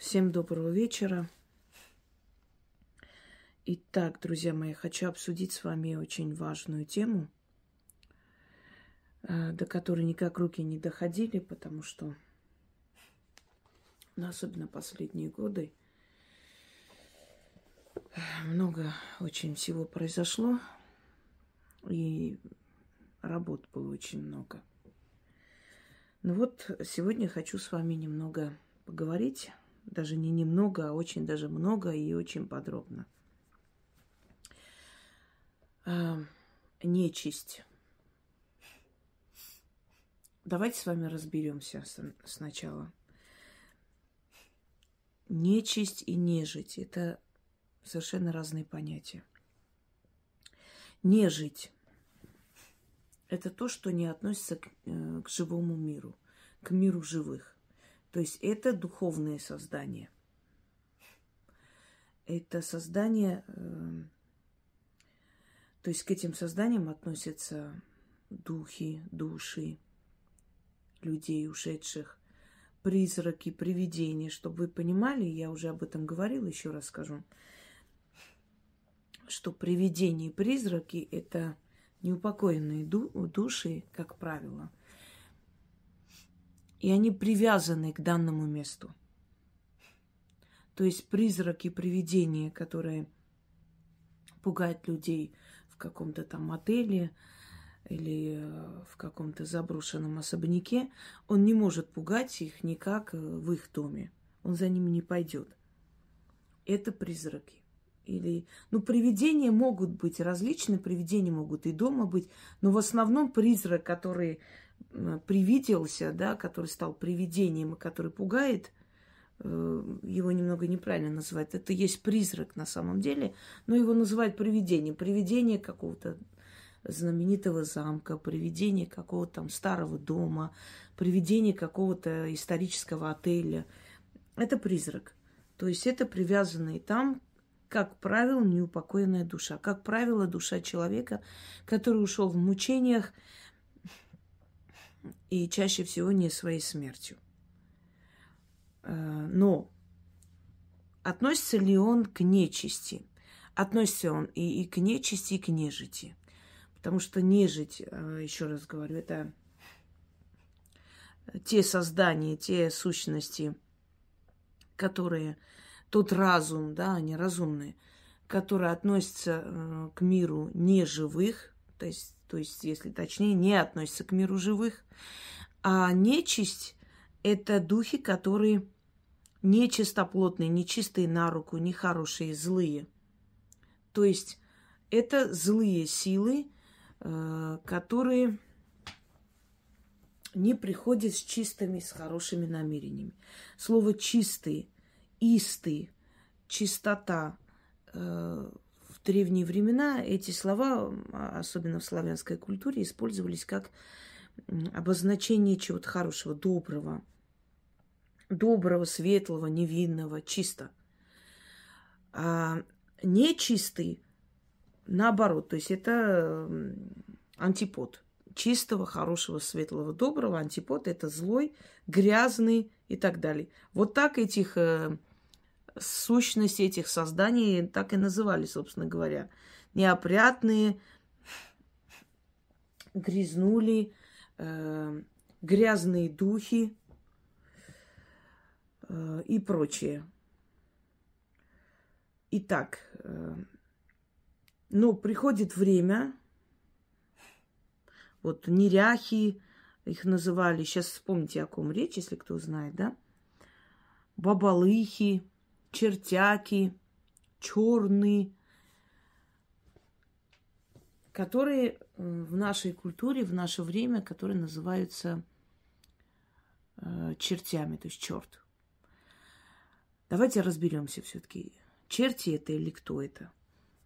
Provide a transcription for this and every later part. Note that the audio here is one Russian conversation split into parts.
Всем доброго вечера. Итак, друзья мои, хочу обсудить с вами очень важную тему, до которой никак руки не доходили, потому что, особенно последние годы, много очень всего произошло, и работ было очень много. Ну вот, сегодня хочу с вами немного поговорить, даже не немного, а очень даже много и очень подробно. Нечисть. Давайте с вами разберемся сначала. Нечисть и нежить – это совершенно разные понятия. Нежить – это то, что не относится к живому миру, к миру живых. То есть это духовные создания. Это создание, то есть к этим созданиям относятся духи, души людей ушедших, призраки, привидения. Чтобы вы понимали, я уже об этом говорила, еще раз скажу, что привидения и призраки – это неупокоенные души, как правило. И они привязаны к данному месту. То есть призраки, привидения, которые пугают людей в каком-то там отеле или в каком-то заброшенном особняке, он не может пугать их никак в их доме. Он за ними не пойдет. Это призраки. Привидения могут быть различные, привидения могут и дома быть, но в основном призрак, который привиделся, да, который стал привидением и который пугает, его немного неправильно называть. Это есть призрак на самом деле, но его называют привидением. Привидение какого-то знаменитого замка, привидение какого-то там старого дома, привидение какого-то исторического отеля. Это призрак. То есть это привязанный там, как правило, неупокоенная душа. Как правило, душа человека, который ушел в мучениях и чаще всего не своей смертью. Но относится ли он к нечисти? Относится он и к нечисти, и к нежити. Потому что нежить, еще раз говорю, это те создания, те сущности, которые, тот разум, да, они разумные, которые относятся к миру неживых, то есть, если точнее, не относятся к миру живых. А нечисть – это духи, которые нечистоплотные, нечистые на руку, нехорошие, злые. То есть это злые силы, которые не приходят с чистыми, с хорошими намерениями. Слово «чистый», «истый», «чистота» в древние времена эти слова, особенно в славянской культуре, использовались как обозначение чего-то хорошего, доброго. Доброго, светлого, невинного, чисто. А нечистый, наоборот, то есть это антипод. Чистого, хорошего, светлого, доброго. Антипод – это злой, грязный и так далее. Вот так этих сущностей, этих созданий так и называли, собственно говоря. Неопрятные, грязнули, грязные духи и прочее. Итак, приходит время, вот неряхи их называли, сейчас вспомните, о ком речь, если кто знает, да? Бабалыхи, чертяки, черные, которые в нашей культуре, в наше время, которые называются чертями, то есть черт. Давайте разберемся все-таки, черти это или кто это.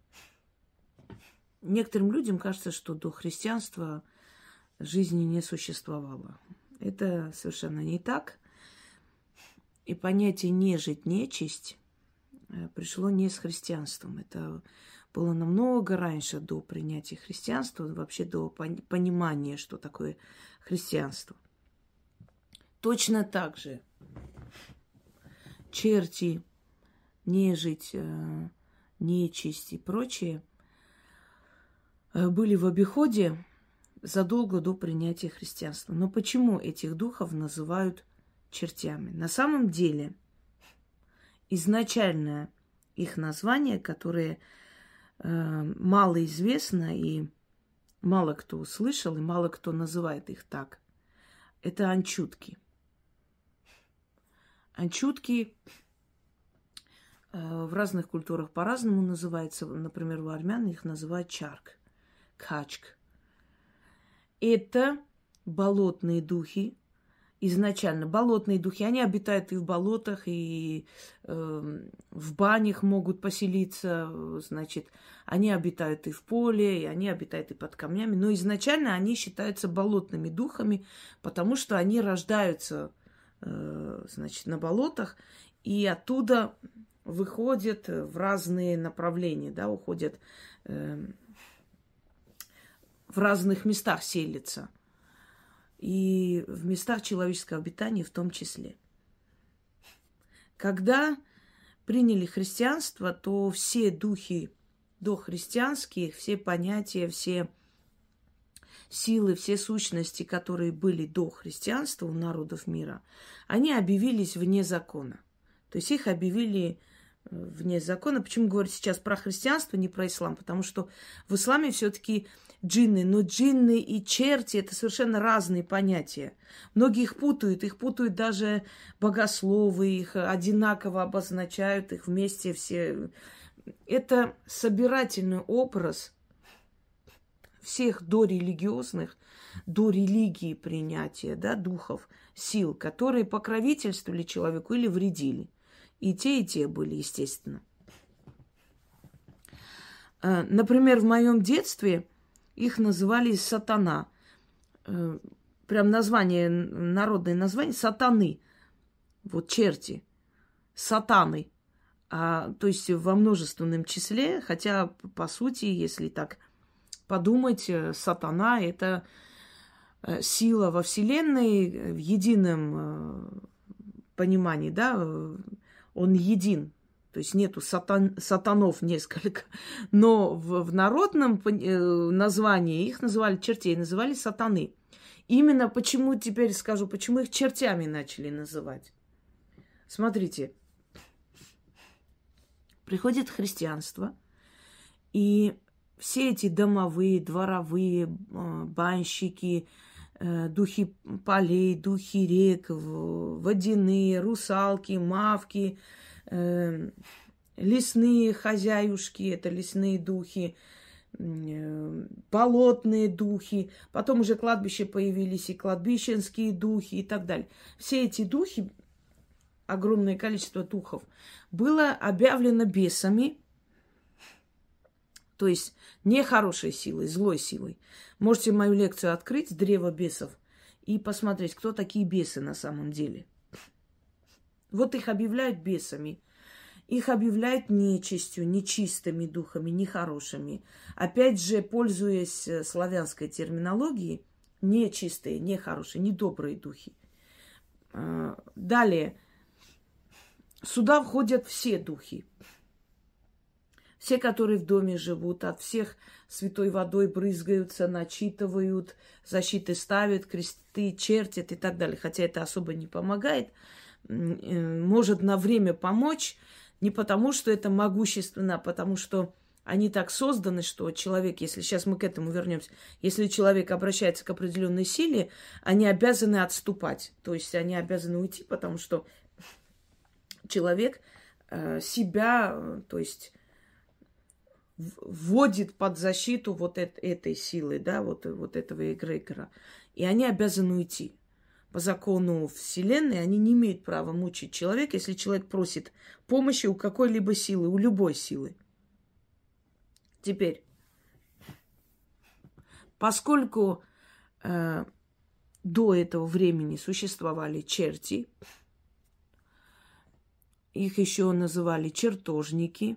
Некоторым людям кажется, что до христианства жизни не существовало. Это совершенно не так. И понятие нежить, нечисть пришло не с христианством. Это было намного раньше, до принятия христианства, вообще до понимания, что такое христианство. Точно так же черти, нежить, нечисть и прочее были в обиходе задолго до принятия христианства. Но почему этих духов называют чертями? На самом деле, изначально их название, которое мало известно и мало кто услышал, и мало кто называет их так, это анчутки. Анчутки в разных культурах по-разному называются. Например, у армян их называют чарк, качк. Это болотные духи. Изначально болотные духи, они обитают и в болотах, и в банях могут поселиться, значит, они обитают и в поле, и они обитают и под камнями. Но изначально они считаются болотными духами, потому что они рождаются, значит, на болотах, и оттуда выходят в разные направления, да, уходят в разных местах селятся. И в местах человеческого обитания в том числе. Когда приняли христианство, то все духи дохристианские, все понятия, все силы, все сущности, которые были до христианства у народов мира, они объявились вне закона. То есть их объявили вне закона. Почему говорю сейчас про христианство, не про ислам? Потому что в исламе все-таки джинны. Но джинны и черти – это совершенно разные понятия. Многие их путают даже богословы, их одинаково обозначают, их вместе все. Это собирательный образ всех дорелигиозных, до религии принятия, да, духов, сил, которые покровительствовали человеку или вредили. И те были, естественно. Например, в моем детстве их называли сатана. Прям название, народное название сатаны. Вот черти. Сатаны. То есть во множественном числе, хотя, по сути, если так подумать, сатана – это сила во Вселенной в едином понимании, да, он един. То есть нету сатанов несколько. Но в народном названии их называли чертей, называли сатаны. Именно почему, теперь скажу, почему их чертями начали называть. Смотрите, приходит христианство, и все эти домовые, дворовые, банщики, духи полей, духи рек, водяные, русалки, мавки, лесные хозяюшки, это лесные духи, болотные духи. Потом уже кладбища появились и кладбищенские духи и так далее. Все эти духи, огромное количество духов, было объявлено бесами, то есть не хорошей силой, злой силой. Можете мою лекцию открыть «Древо бесов» и посмотреть, кто такие бесы на самом деле. Вот их объявляют бесами. Их объявляют нечистью, нечистыми духами, нехорошими. Опять же, пользуясь славянской терминологией, нечистые, нехорошие, недобрые духи. Далее. Сюда входят все духи. Все, которые в доме живут, от всех святой водой брызгаются, начитывают, защиты ставят, кресты чертят и так далее. Хотя это особо не помогает. Может на время помочь, не потому, что это могущественно, а потому что они так созданы, что человек, если сейчас мы к этому вернемся, если человек обращается к определенной силе, они обязаны отступать. То есть они обязаны уйти, потому что человек себя, то есть вводит под защиту вот этой силы, да, вот этого эгрегора. И они обязаны уйти. По закону Вселенной они не имеют права мучить человека, если человек просит помощи у какой-либо силы, у любой силы. Теперь, поскольку до этого времени существовали черти, их еще называли чертожники.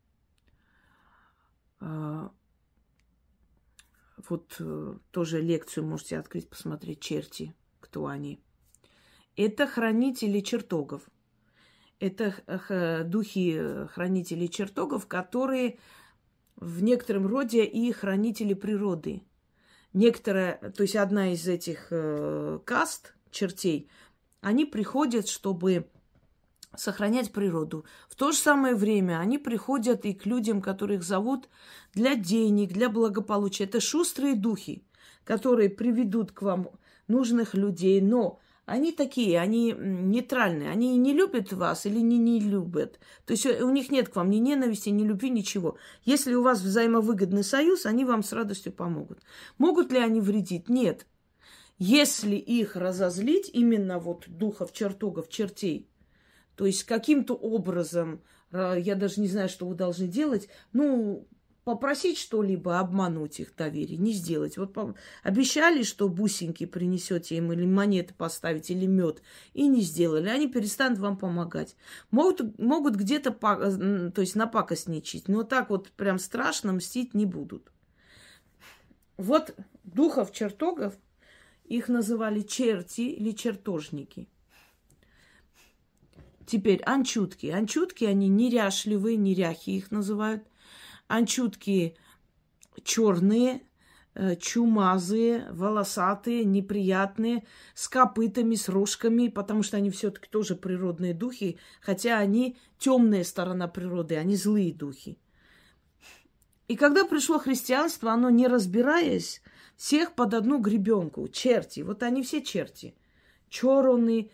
Вот тоже лекцию можете открыть, посмотреть черти. Кто они? Это хранители чертогов. это духи хранителей чертогов, которые в некотором роде и хранители природы. Некоторая, то есть одна из этих каст чертей, они приходят, чтобы сохранять природу. В то же самое время они приходят и к людям, которых зовут для денег, для благополучия. Это шустрые духи, которые приведут к вам нужных людей, но они такие, они нейтральные, они не любят вас или не любят. То есть у них нет к вам ни ненависти, ни любви, ничего. Если у вас взаимовыгодный союз, они вам с радостью помогут. Могут ли они вредить? Нет. Если их разозлить, именно вот духов, чертогов, чертей, то есть каким-то образом, я даже не знаю, что вы должны делать, попросить что-либо, обмануть их доверие, не сделать. Вот обещали, что бусинки принесете им, или монеты поставить, или мед, и не сделали. Они перестанут вам помогать. Могут где-то, то есть напакостничать, но так вот прям страшно мстить не будут. Вот духов чертогов, их называли черти или чертожники. Теперь анчутки. Анчутки, они неряшливые, неряхи их называют. Анчутки черные, чумазые, волосатые, неприятные, с копытами, с рожками, потому что они все-таки тоже природные духи, хотя они темная сторона природы, они злые духи. И когда пришло христианство, оно, не разбираясь, всех под одну гребенку. Черти. Вот они все черти. Черный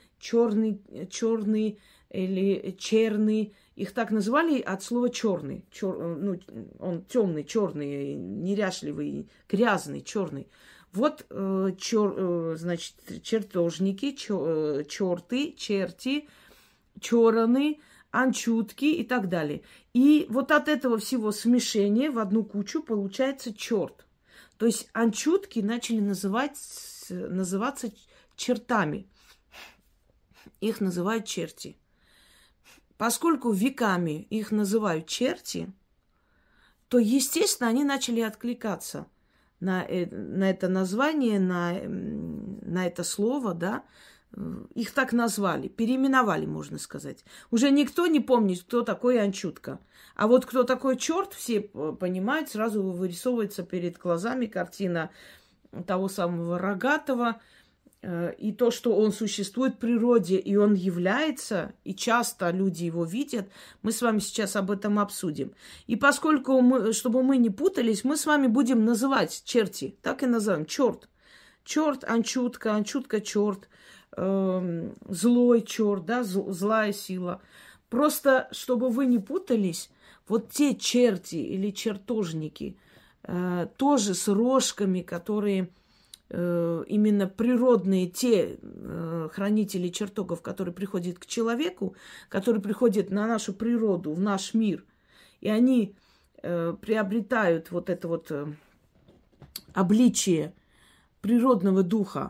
или черный. Их так называли от слова черный. Он темный, черный, неряшливый, грязный, черный. Вот, значит, чертожники, черты, черти, чороны, анчутки и так далее. И вот от этого всего смешения в одну кучу получается черт. То есть анчутки начали называться чертами. Их называют черти. Поскольку веками их называют черти, то, естественно, они начали откликаться на это название, на это слово, да. Их так назвали, переименовали, можно сказать. Уже никто не помнит, кто такой анчутка. А вот кто такой черт, все понимают, сразу вырисовывается перед глазами картина того самого рогатого, и то, что он существует в природе, и он является, и часто люди его видят, мы с вами сейчас об этом обсудим. И поскольку чтобы мы не путались, мы с вами будем называть черти, так и назовем, черт. Черт, анчутка, анчутка, черт, злой черт, да, злая сила. Просто, чтобы вы не путались, вот те черти или чертожники, тоже с рожками, которые... именно природные, те хранители чертогов, которые приходят к человеку, которые приходят на нашу природу, в наш мир, и они приобретают вот это вот обличие природного духа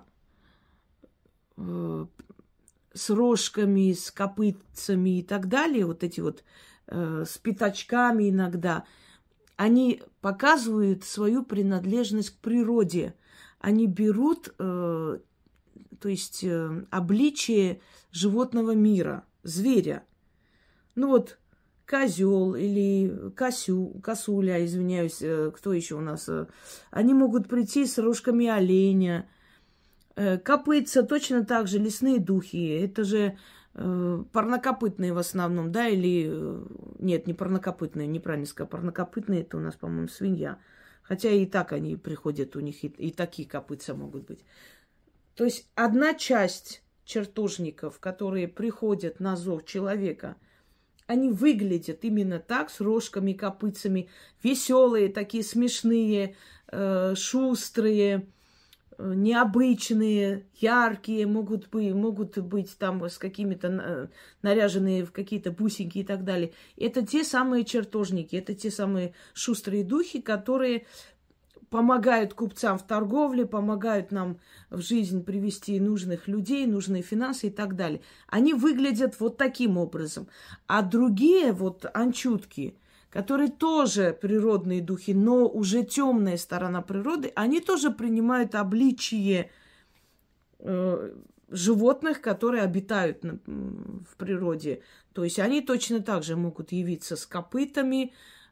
с рожками, с копытцами и так далее, вот эти вот с пятачками иногда, они показывают свою принадлежность к природе. Они берут, то есть, обличие животного мира, зверя. Ну вот, козел или косуля, извиняюсь, кто еще у нас? Они могут прийти с рожками оленя. Копытца точно так же, лесные духи. Это же парнокопытные в основном, да, или... Нет, не парнокопытные, неправильно сказала. Парнокопытные, это у нас, по-моему, свинья. Хотя и так они приходят, у них и такие копытца могут быть. То есть одна часть чертожников, которые приходят на зов человека, они выглядят именно так, с рожками, копытцами, веселые, такие смешные, шустрые, необычные, яркие, могут быть там с какими-то наряженные в какие-то бусинки и так далее. Это те самые чертожники, это те самые шустрые духи, которые помогают купцам в торговле, помогают нам в жизнь привести нужных людей, нужные финансы и так далее. Они выглядят вот таким образом. А другие вот анчутки, которые тоже природные духи, но уже темная сторона природы, они тоже принимают обличие животных, которые обитают в природе. То есть они точно так же могут явиться с копытами,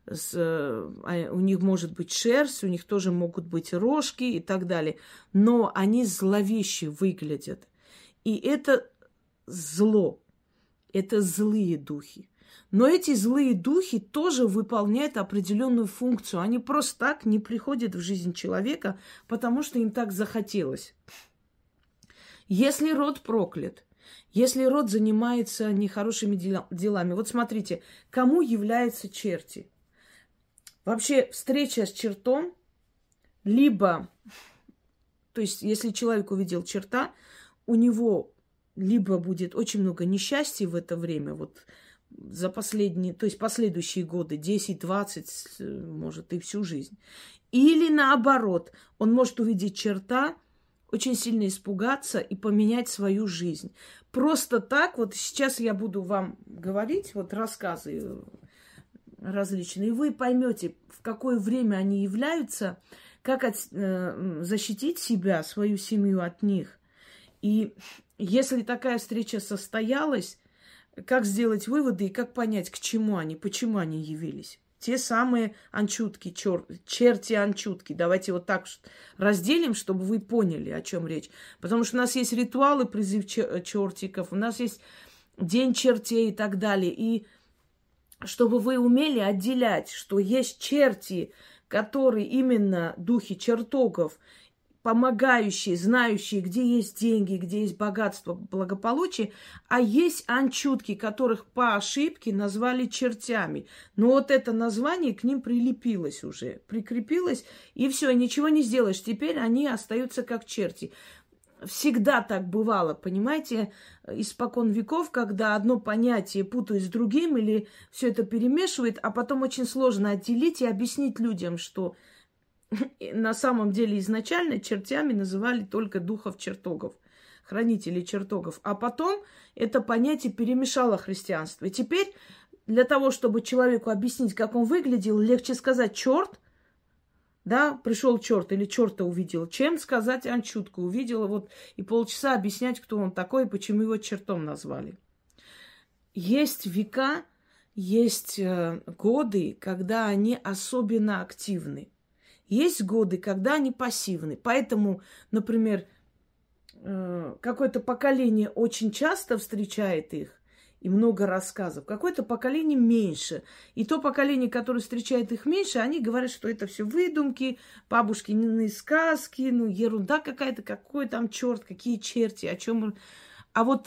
у них может быть шерсть, у них тоже могут быть рожки и так далее. Но они зловеще выглядят. И это зло, это злые духи. Но эти злые духи тоже выполняют определенную функцию. Они просто так не приходят в жизнь человека, потому что им так захотелось. Если род проклят, если род занимается нехорошими делами. Вот смотрите, кому являются черти? Вообще встреча с чертом, либо, то есть если человек увидел черта, у него либо будет очень много несчастья в это время, вот за последние, то есть последующие годы, 10, 20, может, и всю жизнь. Или наоборот, он может увидеть черта, очень сильно испугаться и поменять свою жизнь. Просто так, вот сейчас я буду вам говорить, вот рассказы различные, и вы поймете, в какое время они являются, как защитить себя, свою семью от них. И если такая встреча состоялась, как сделать выводы и как понять, к чему они, почему они явились. Те самые анчутки, черти-анчутки. Давайте вот так разделим, чтобы вы поняли, о чем речь. Потому что у нас есть ритуалы, призыв чертиков, у нас есть день чертей и так далее. И чтобы вы умели отделять, что есть черти, которые именно духи чертогов, помогающие, знающие, где есть деньги, где есть богатство, благополучие, а есть анчутки, которых по ошибке назвали чертями. Но вот это название к ним прилепилось уже, прикрепилось, и все, ничего не сделаешь. Теперь они остаются как черти. Всегда так бывало, понимаете, испокон веков, когда одно понятие путают с другим или все это перемешивает, а потом очень сложно отделить и объяснить людям, что на самом деле изначально чертями называли только духов чертогов, хранителей чертогов. А потом это понятие перемешало христианство. И теперь для того, чтобы человеку объяснить, как он выглядел, легче сказать черт, да, пришел черт или черта увидел, чем сказать анчутку увидела, вот и полчаса объяснять, кто он такой и почему его чертом назвали. Есть века, есть годы, когда они особенно активны. Есть годы, когда они пассивны. Поэтому, например, какое-то поколение очень часто встречает их, и много рассказов. Какое-то поколение меньше. И то поколение, которое встречает их меньше, они говорят, что это все выдумки, бабушкины сказки, ну, ерунда какая-то, какой там черт, какие черти, о чем. А вот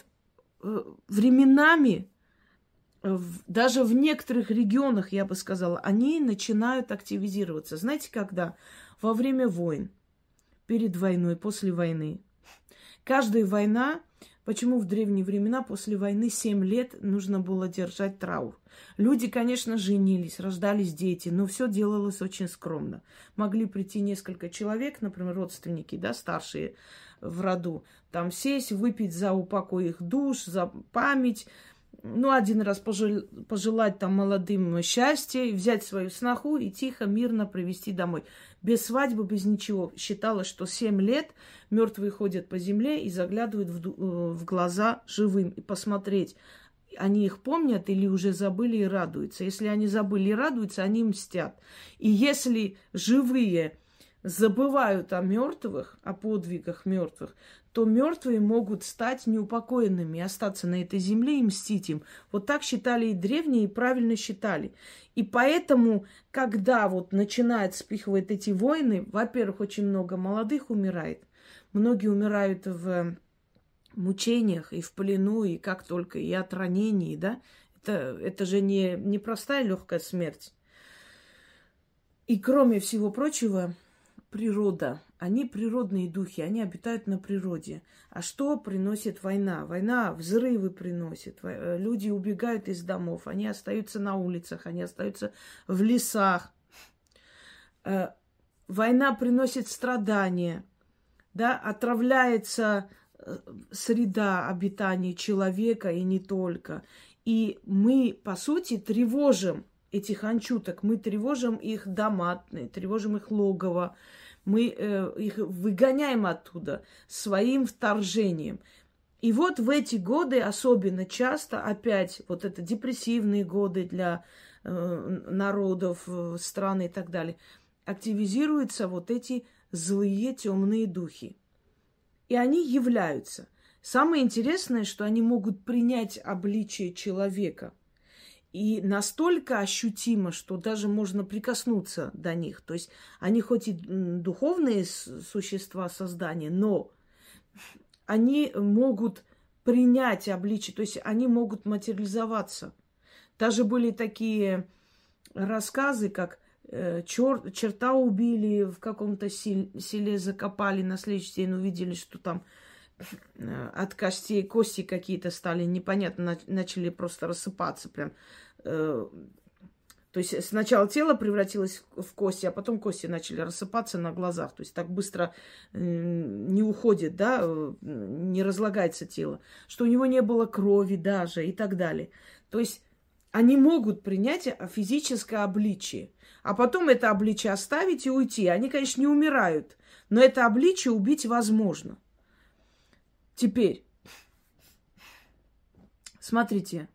временами, даже в некоторых регионах, я бы сказала, они начинают активизироваться. Знаете, когда? Во время войн, перед войной, после войны. Каждая война, почему в древние времена после войны 7 лет нужно было держать траур? Люди, конечно, женились, рождались дети, но все делалось очень скромно. Могли прийти несколько человек, например, родственники, да, старшие в роду, там сесть, выпить за упокой их душ, за память. Ну, один раз пожелать там молодым счастья, взять свою сноху и тихо, мирно привезти домой. Без свадьбы, без ничего. Считалось, что 7 лет мертвые ходят по земле и заглядывают в глаза живым. И посмотреть, они их помнят или уже забыли и радуются. Если они забыли и радуются, они мстят. И если живые забывают о мертвых, о подвигах мертвых, то мертвые могут стать неупокоенными, остаться на этой земле и мстить им. Вот так считали и древние, и правильно считали. И поэтому, когда вот начинают вспыхивать эти войны, во-первых, очень много молодых умирает. Многие умирают в мучениях и в плену, и как только, и от ранений, да. Это же не простая легкая смерть. И кроме всего прочего, природа. Они природные духи, они обитают на природе. А что приносит война? Война взрывы приносит. Люди убегают из домов, они остаются на улицах, они остаются в лесах. Война приносит страдания, да? Отравляется среда обитания человека и не только. И мы, по сути, тревожим этих анчуток, мы тревожим их дома, тревожим их логово. Мы их выгоняем оттуда своим вторжением. И вот в эти годы особенно часто, опять, вот это депрессивные годы для народов, стран и так далее, активизируются вот эти злые темные духи. И они являются. Самое интересное, что они могут принять обличие человека. И настолько ощутимо, что даже можно прикоснуться до них. То есть они хоть и духовные существа создания, но они могут принять обличие, то есть они могут материализоваться. Даже были такие рассказы, как черта убили, в каком-то селе закопали, на следующий день увидели, что там от костей кости какие-то стали непонятно, начали просто рассыпаться прям. То есть сначала тело превратилось в кости, а потом кости начали рассыпаться на глазах. То есть так быстро не уходит, да, не разлагается тело. Что у него не было крови даже и так далее. То есть они могут принять физическое обличие, а потом это обличие оставить и уйти. Они, конечно, не умирают, но это обличие убить возможно. Теперь, смотрите,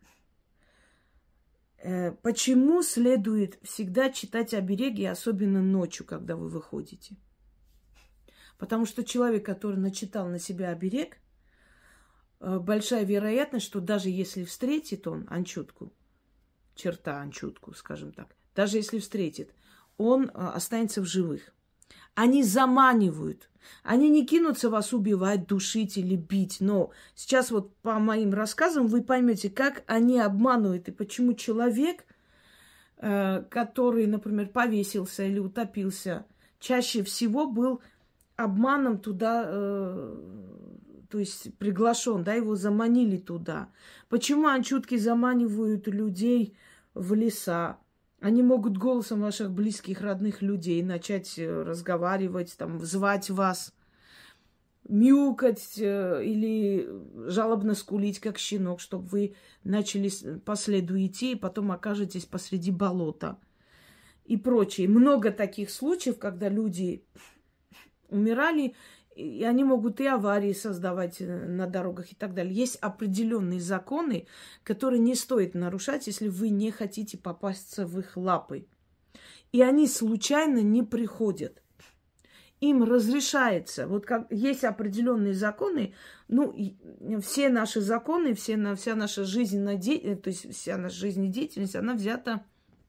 почему следует всегда читать обереги, особенно ночью, когда вы выходите? Потому что человек, который начитал на себя оберег, большая вероятность, что даже если встретит он анчутку, черта анчутку, скажем так, даже если встретит, он останется в живых. Они заманивают. Они не кинутся вас убивать, душить или бить. Но сейчас вот по моим рассказам вы поймете, как они обманывают и почему человек, который, например, повесился или утопился, чаще всего был обманом туда, то есть приглашен, да, его заманили туда. Почему анчутки заманивают людей в леса? Они могут голосом ваших близких, родных людей начать разговаривать, там, звать вас, мяукать или жалобно скулить, как щенок, чтобы вы начали по следу идти и потом окажетесь посреди болота и прочее. Много таких случаев, когда люди умирали, и они могут и аварии создавать на дорогах и так далее. Есть определенные законы, которые не стоит нарушать, если вы не хотите попасться в их лапы. И они случайно не приходят. Им разрешается. Вот как есть определенные законы, ну, все наши законы, вся наша жизненная деятельность, то есть вся наша жизнедеятельность, она взята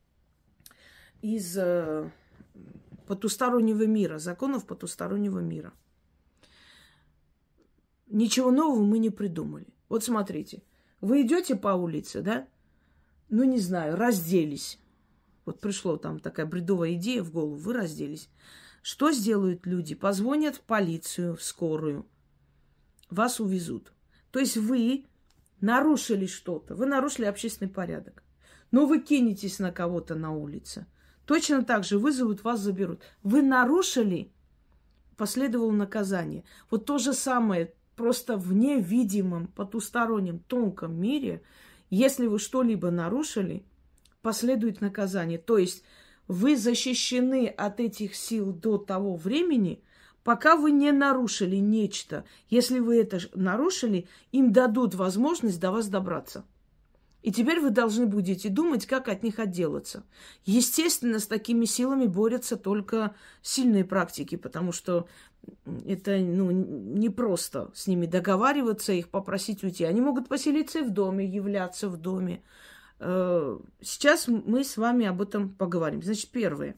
из потустороннего мира, законов потустороннего мира. Ничего нового мы не придумали. Вот смотрите, вы идете по улице, да? Ну, не знаю, разделись. Вот пришла там такая бредовая идея в голову, вы разделись. Что сделают люди? Позвонят в полицию, в скорую. Вас увезут. То есть вы нарушили что-то, вы нарушили общественный порядок. Но вы кинетесь на кого-то на улице. Точно так же вызовут, вас заберут. Вы нарушили, последовало наказание. Вот то же самое, просто в невидимом, потустороннем, тонком мире, если вы что-либо нарушили, последует наказание. То есть вы защищены от этих сил до того времени, пока вы не нарушили нечто. Если вы это нарушили, им дадут возможность до вас добраться. И теперь вы должны будете думать, как от них отделаться. Естественно, с такими силами борются только сильные практики, потому что это непросто с ними договариваться, их попросить уйти. Они могут поселиться и в доме, являться в доме. Сейчас мы с вами об этом поговорим. Значит, первое.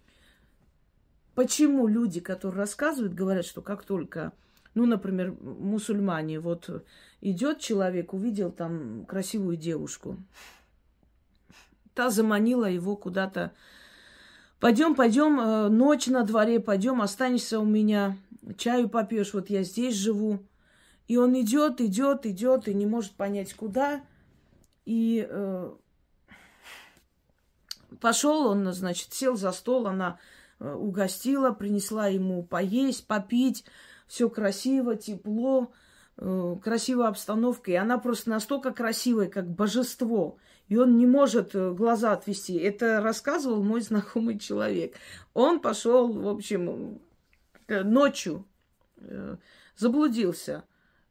Почему люди, которые рассказывают, говорят, что как только, например, мусульмане, вот идет человек, увидел там красивую девушку, та заманила его куда-то. Пойдем, ночь на дворе, пойдем, останешься у меня, чаю попьешь, вот я здесь живу. И он идет, и не может понять, куда. И пошел он, значит, сел за стол, она угостила, принесла ему поесть, попить. Все красиво, тепло, красивая обстановка. И она просто настолько красивая, как божество. И он не может глаза отвести. Это рассказывал мой знакомый человек. Он пошел, в общем, ночью, заблудился.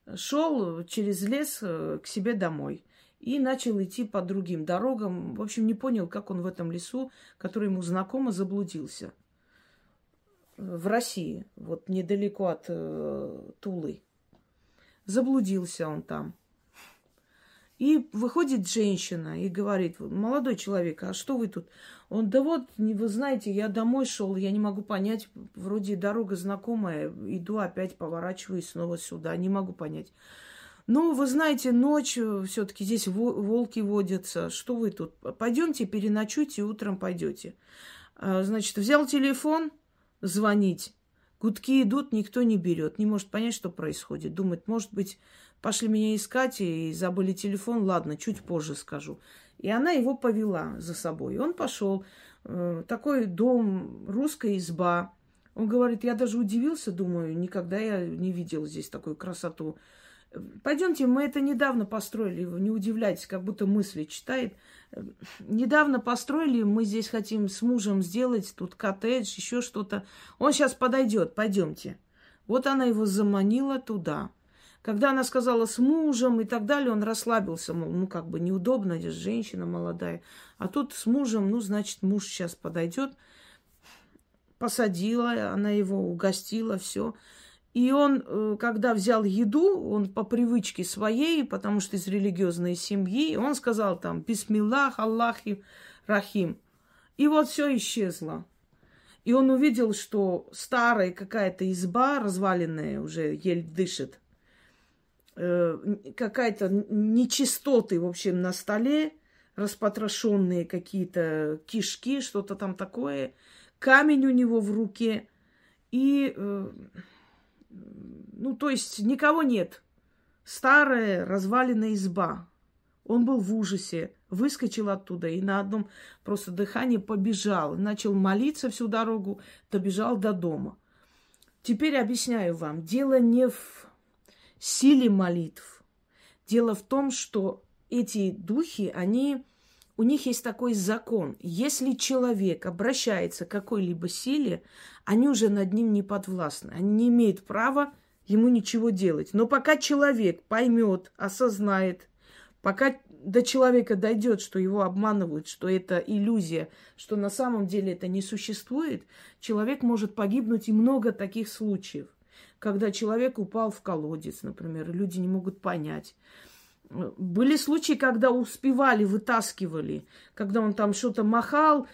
шел через лес к себе домой и начал идти по другим дорогам. В общем, не понял, как он в этом лесу, который ему знакомо, заблудился. В России, вот недалеко от Тулы. Заблудился он там. И выходит женщина и говорит: молодой человек, а что вы тут? Он: да вот, вы знаете, я домой шел, я не могу понять, вроде дорога знакомая, иду опять, поворачиваю снова сюда, не могу понять. Ну, вы знаете, ночь, все-таки здесь волки водятся, что вы тут? Пойдемте, переночуйте, утром пойдете. Значит, взял телефон, звонить. Гудки идут, никто не берет, не может понять, что происходит. Думает, может быть, пошли меня искать и забыли телефон, ладно, чуть позже скажу. И она его повела за собой. И он пошел. Такой дом, русская изба. Он говорит: я даже удивился, думаю, никогда я не видел здесь такую красоту. Пойдемте, мы это недавно построили, не удивляйтесь, как будто мысли читает. Недавно построили, мы здесь хотим с мужем сделать тут коттедж, еще что-то. Он сейчас подойдет, пойдемте. Вот она его заманила туда. Когда она сказала с мужем и так далее, он расслабился, мол, ну как бы неудобно, здесь женщина молодая. А тут с мужем, ну значит, муж сейчас подойдет. Посадила, она его угостила, все. И он, когда взял еду, он по привычке своей, потому что из религиозной семьи, он сказал там: «Бисмиллах, Аллахи, Рахим». И вот все исчезло. И он увидел, что старая какая-то изба, разваленная, уже еле дышит, какая-то нечистоты, в общем, на столе, распотрошенные какие-то кишки, что-то там такое, камень у него в руке. И... ну, то есть никого нет. Старая разваленная изба. Он был в ужасе, выскочил оттуда и на одном просто дыхании побежал. Начал молиться всю дорогу, добежал до дома. Теперь объясняю вам. Дело не в силе молитв. Дело в том, что эти духи, у них есть такой закон. Если человек обращается к какой-либо силе, они уже над ним не подвластны. Они не имеют права ему ничего делать. Но пока человек поймет, осознает, пока до человека дойдет, что его обманывают, что это иллюзия, что на самом деле это не существует, человек может погибнуть. И много таких случаев, когда человек упал в колодец, например, и люди не могут понять. Были случаи, когда успевали, вытаскивали, когда он там что-то махал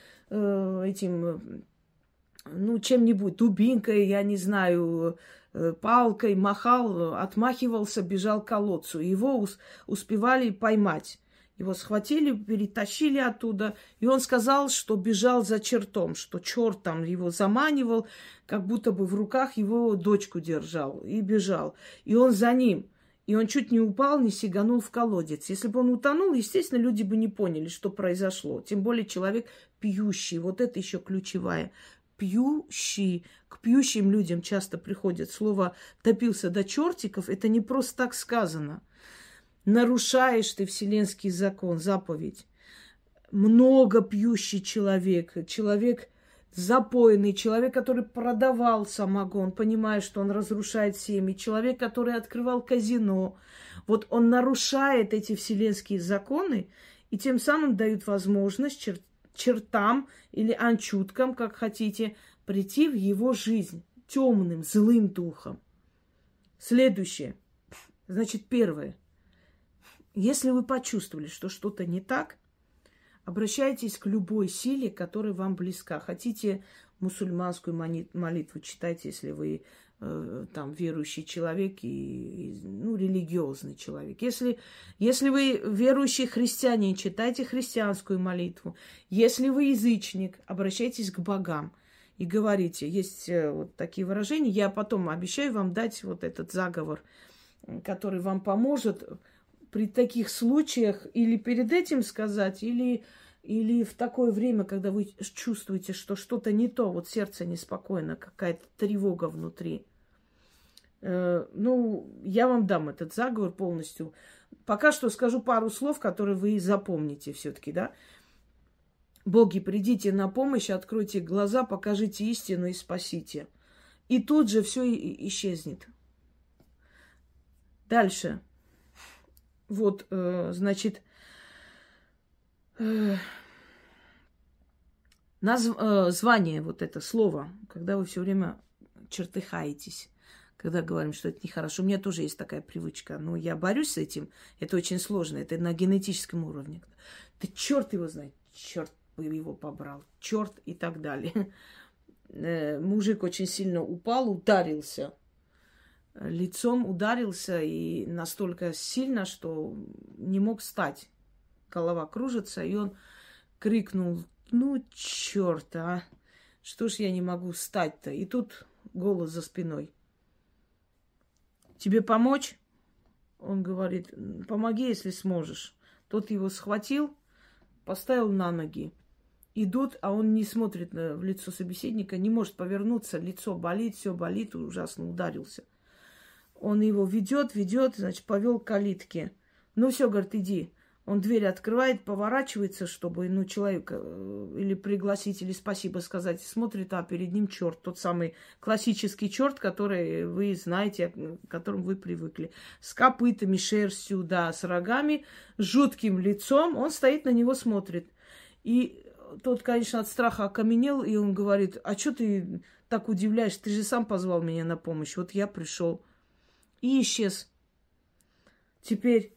этим, ну, чем-нибудь, дубинкой, я не знаю, палкой махал, отмахивался, бежал к колодцу. Его успевали поймать. Его схватили, перетащили оттуда, и он сказал, что бежал за чертом, что черт там его заманивал, как будто бы в руках его дочку держал, и бежал. И он за ним. И он чуть не упал, не сиганул в колодец. Если бы он утонул, естественно, люди бы не поняли, что произошло. Тем более человек пьющий. Вот это еще ключевая. Пьющий. К пьющим людям часто приходит слово «допился до чертиков». Это не просто так сказано. Нарушаешь ты вселенский закон, заповедь. Много пьющий человек. Человек запойный, человек, который продавал самогон, понимая, что он разрушает семьи, человек, который открывал казино. Вот он нарушает эти вселенские законы и тем самым дают возможность чертам или анчуткам, как хотите, прийти в его жизнь темным, злым духом. Следующее. Значит, первое. Если вы почувствовали, что что-то не так, обращайтесь к любой силе, которая вам близка. Хотите мусульманскую молитву, читайте, если вы там верующий человек и религиозный человек. Если вы верующий христианин, читайте христианскую молитву. Если вы язычник, обращайтесь к богам и говорите. Есть вот такие выражения. Я потом обещаю вам дать вот этот заговор, который вам поможет при таких случаях или перед этим сказать, или в такое время, когда вы чувствуете, что что-то не то, вот сердце неспокойно, какая-то тревога внутри. Я вам дам этот заговор полностью. Пока что скажу пару слов, которые вы запомните все-таки, да? Боги, придите на помощь, откройте глаза, покажите истину и спасите. И тут же все исчезнет. Дальше. Вот, значит, звание, вот это слово, когда вы все время чертыхаетесь, когда говорим, что это нехорошо. У меня тоже есть такая привычка, но я борюсь с этим. Это очень сложно, это на генетическом уровне. Да черт его знает, черт бы его побрал, черт и так далее. Мужик очень сильно упал, ударился. Лицом ударился и настолько сильно, что не мог встать. Голова кружится, и он крикнул: ну, черт, а! Что ж я не могу встать-то? И тут голос за спиной: тебе помочь? Он говорит: помоги, если сможешь. Тот его схватил, поставил на ноги. Идут, а он не смотрит в лицо собеседника, не может повернуться, лицо болит, все болит, ужасно ударился. Он его ведет, значит, повел к калитке. Ну все, говорит, иди. Он дверь открывает, поворачивается, чтобы, человека или пригласить, или спасибо сказать. Смотрит, а перед ним черт, тот самый классический черт, который вы знаете, к которому вы привыкли. С копытами, шерстью, да, с рогами, жутким лицом. Он стоит на него, смотрит. И тот, конечно, от страха окаменел, и он говорит: а что ты так удивляешь? Ты же сам позвал меня на помощь. Вот я пришел. И исчез. Теперь,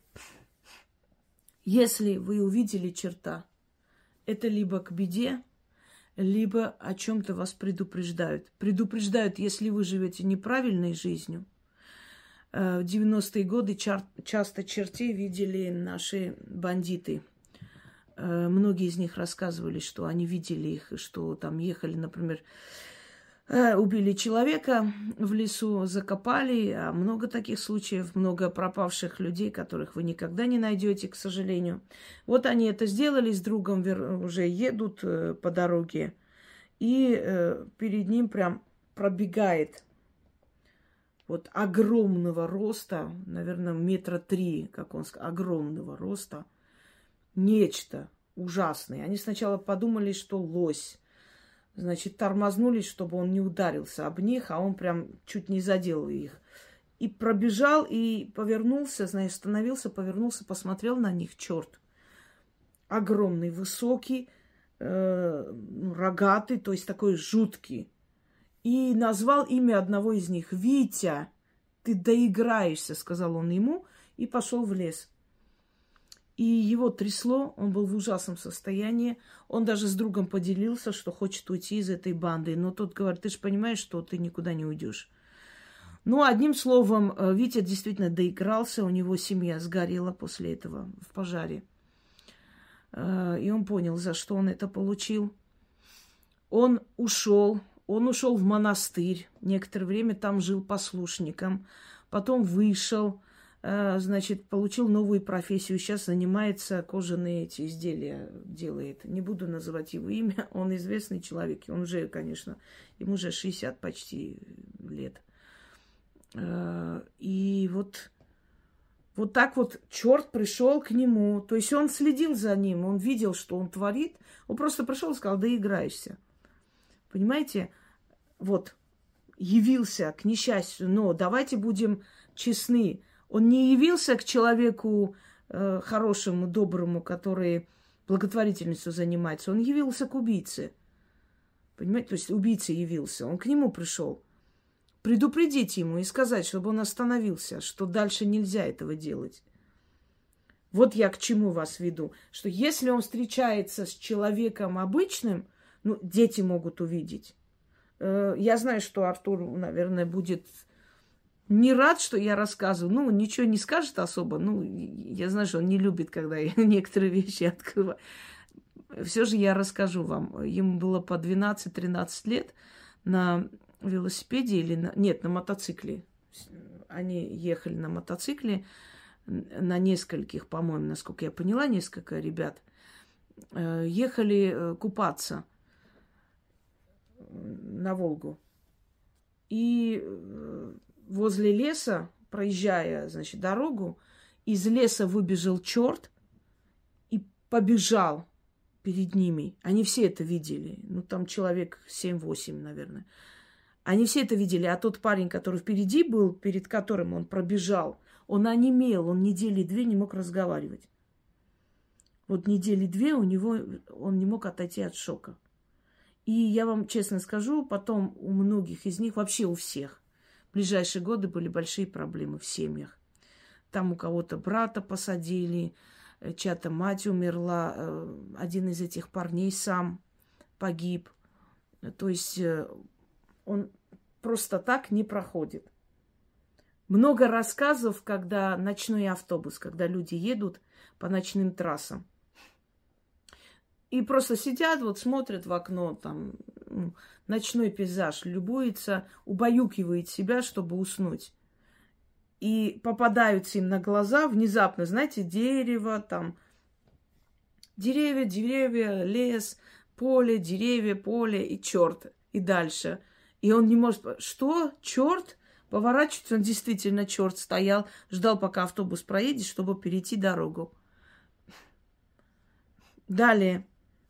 если вы увидели черта, это либо к беде, либо о чем-то вас предупреждают. Предупреждают, если вы живете неправильной жизнью. В 90-е годы часто чертей видели наши бандиты. Многие из них рассказывали, что они видели их, что там ехали, например, убили человека в лесу, закопали. А много таких случаев, много пропавших людей, которых вы никогда не найдете, к сожалению. Вот они это сделали с другом, уже едут по дороге, и перед ним прям пробегает вот огромного роста, наверное, 3 метра, как он сказал, огромного роста, нечто ужасное. Они сначала подумали, что лось. Значит, тормознулись, чтобы он не ударился об них, а он прям чуть не задел их. И пробежал, и повернулся, значит, остановился, повернулся, посмотрел на них, черт. Огромный, высокий, рогатый, то есть такой жуткий. И назвал имя одного из них: Витя, ты доиграешься, сказал он ему, и пошел в лес. И его трясло, он был в ужасном состоянии. Он даже с другом поделился, что хочет уйти из этой банды. Но тот говорит: ты же понимаешь, что ты никуда не уйдешь. Ну, одним словом, Витя действительно доигрался. У него семья сгорела после этого в пожаре. И он понял, за что он это получил. Он ушел в монастырь. Некоторое время там жил послушником. Потом вышел. Значит, получил новую профессию. Сейчас занимается, кожаные эти изделия делает. Не буду называть его имя. Он известный человек. Он уже, конечно, ему уже 60 почти лет. И вот так вот черт пришел к нему. То есть он следил за ним. Он видел, что он творит. Он просто пришел и сказал: доиграешься. Понимаете? Вот. Явился к несчастью. Но давайте будем честны. Он не явился к человеку хорошему, доброму, который благотворительностью занимается. Он явился к убийце. Понимаете? То есть убийца явился. Он к нему пришел. Предупредить ему и сказать, чтобы он остановился, что дальше нельзя этого делать. Вот я к чему вас веду. Что если он встречается с человеком обычным, дети могут увидеть. Я знаю, что Артур, наверное, будет не рад, что я рассказываю. Ничего не скажет особо. Я знаю, что он не любит, когда я некоторые вещи открываю. Все же я расскажу вам. Ему было по 12-13 лет. На велосипеде или на мотоцикле. Они ехали на мотоцикле. На нескольких, по-моему, насколько я поняла, несколько ребят. Ехали купаться на Волгу. И возле леса, проезжая, значит, дорогу, из леса выбежал черт и побежал перед ними. Они все это видели. Там человек 7-8, наверное. Они все это видели. А тот парень, который впереди был, перед которым он пробежал, Он онемел, он недели 2 не мог разговаривать. Вот недели 2 он не мог отойти от шока. И я вам честно скажу, потом у многих из них, вообще у всех, в ближайшие годы были большие проблемы в семьях. Там у кого-то брата посадили, чья-то мать умерла, один из этих парней сам погиб. То есть он просто так не проходит. Много рассказов, когда ночной автобус, когда люди едут по ночным трассам. И просто сидят, вот смотрят в окно, там, ночной пейзаж, любуются, убаюкивают себя, чтобы уснуть. И попадаются им на глаза внезапно, знаете, дерево, там, деревья, лес, поле, деревья, поле и черт, и дальше. И он не может... Что? Черт? Поворачивается, он действительно черт стоял, ждал, пока автобус проедет, чтобы перейти дорогу. Далее.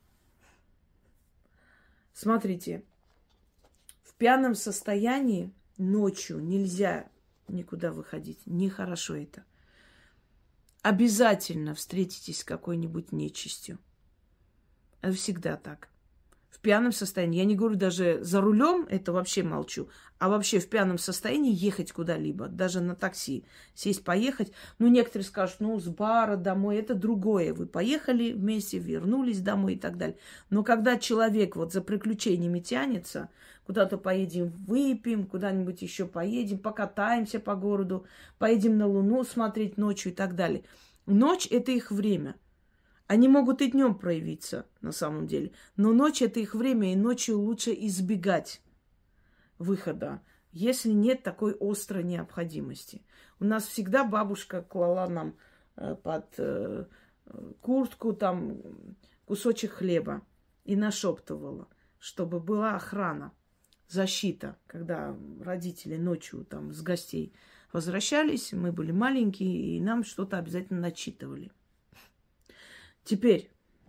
Смотрите, в пьяном состоянии ночью нельзя никуда выходить. Нехорошо это. Обязательно встретитесь с какой-нибудь нечистью. Это всегда так. В пьяном состоянии. Я не говорю даже за рулем, это вообще молчу. А вообще в пьяном состоянии ехать куда-либо. Даже на такси. Сесть, поехать. Ну, некоторые скажут, с бара домой. Это другое. Вы поехали вместе, вернулись домой и так далее. Но когда человек вот за приключениями тянется, куда-то поедем, выпьем, куда-нибудь еще поедем, покатаемся по городу, поедем на Луну смотреть ночью и так далее. Ночь – это их время. Они могут и днем проявиться, на самом деле. Но ночь – это их время, и ночью лучше избегать выхода, если нет такой острой необходимости. У нас всегда бабушка клала нам под куртку там кусочек хлеба и нашептывала, чтобы была охрана, защита. Когда родители ночью там с гостей возвращались, мы были маленькие, и нам что-то обязательно начитывали. Теперь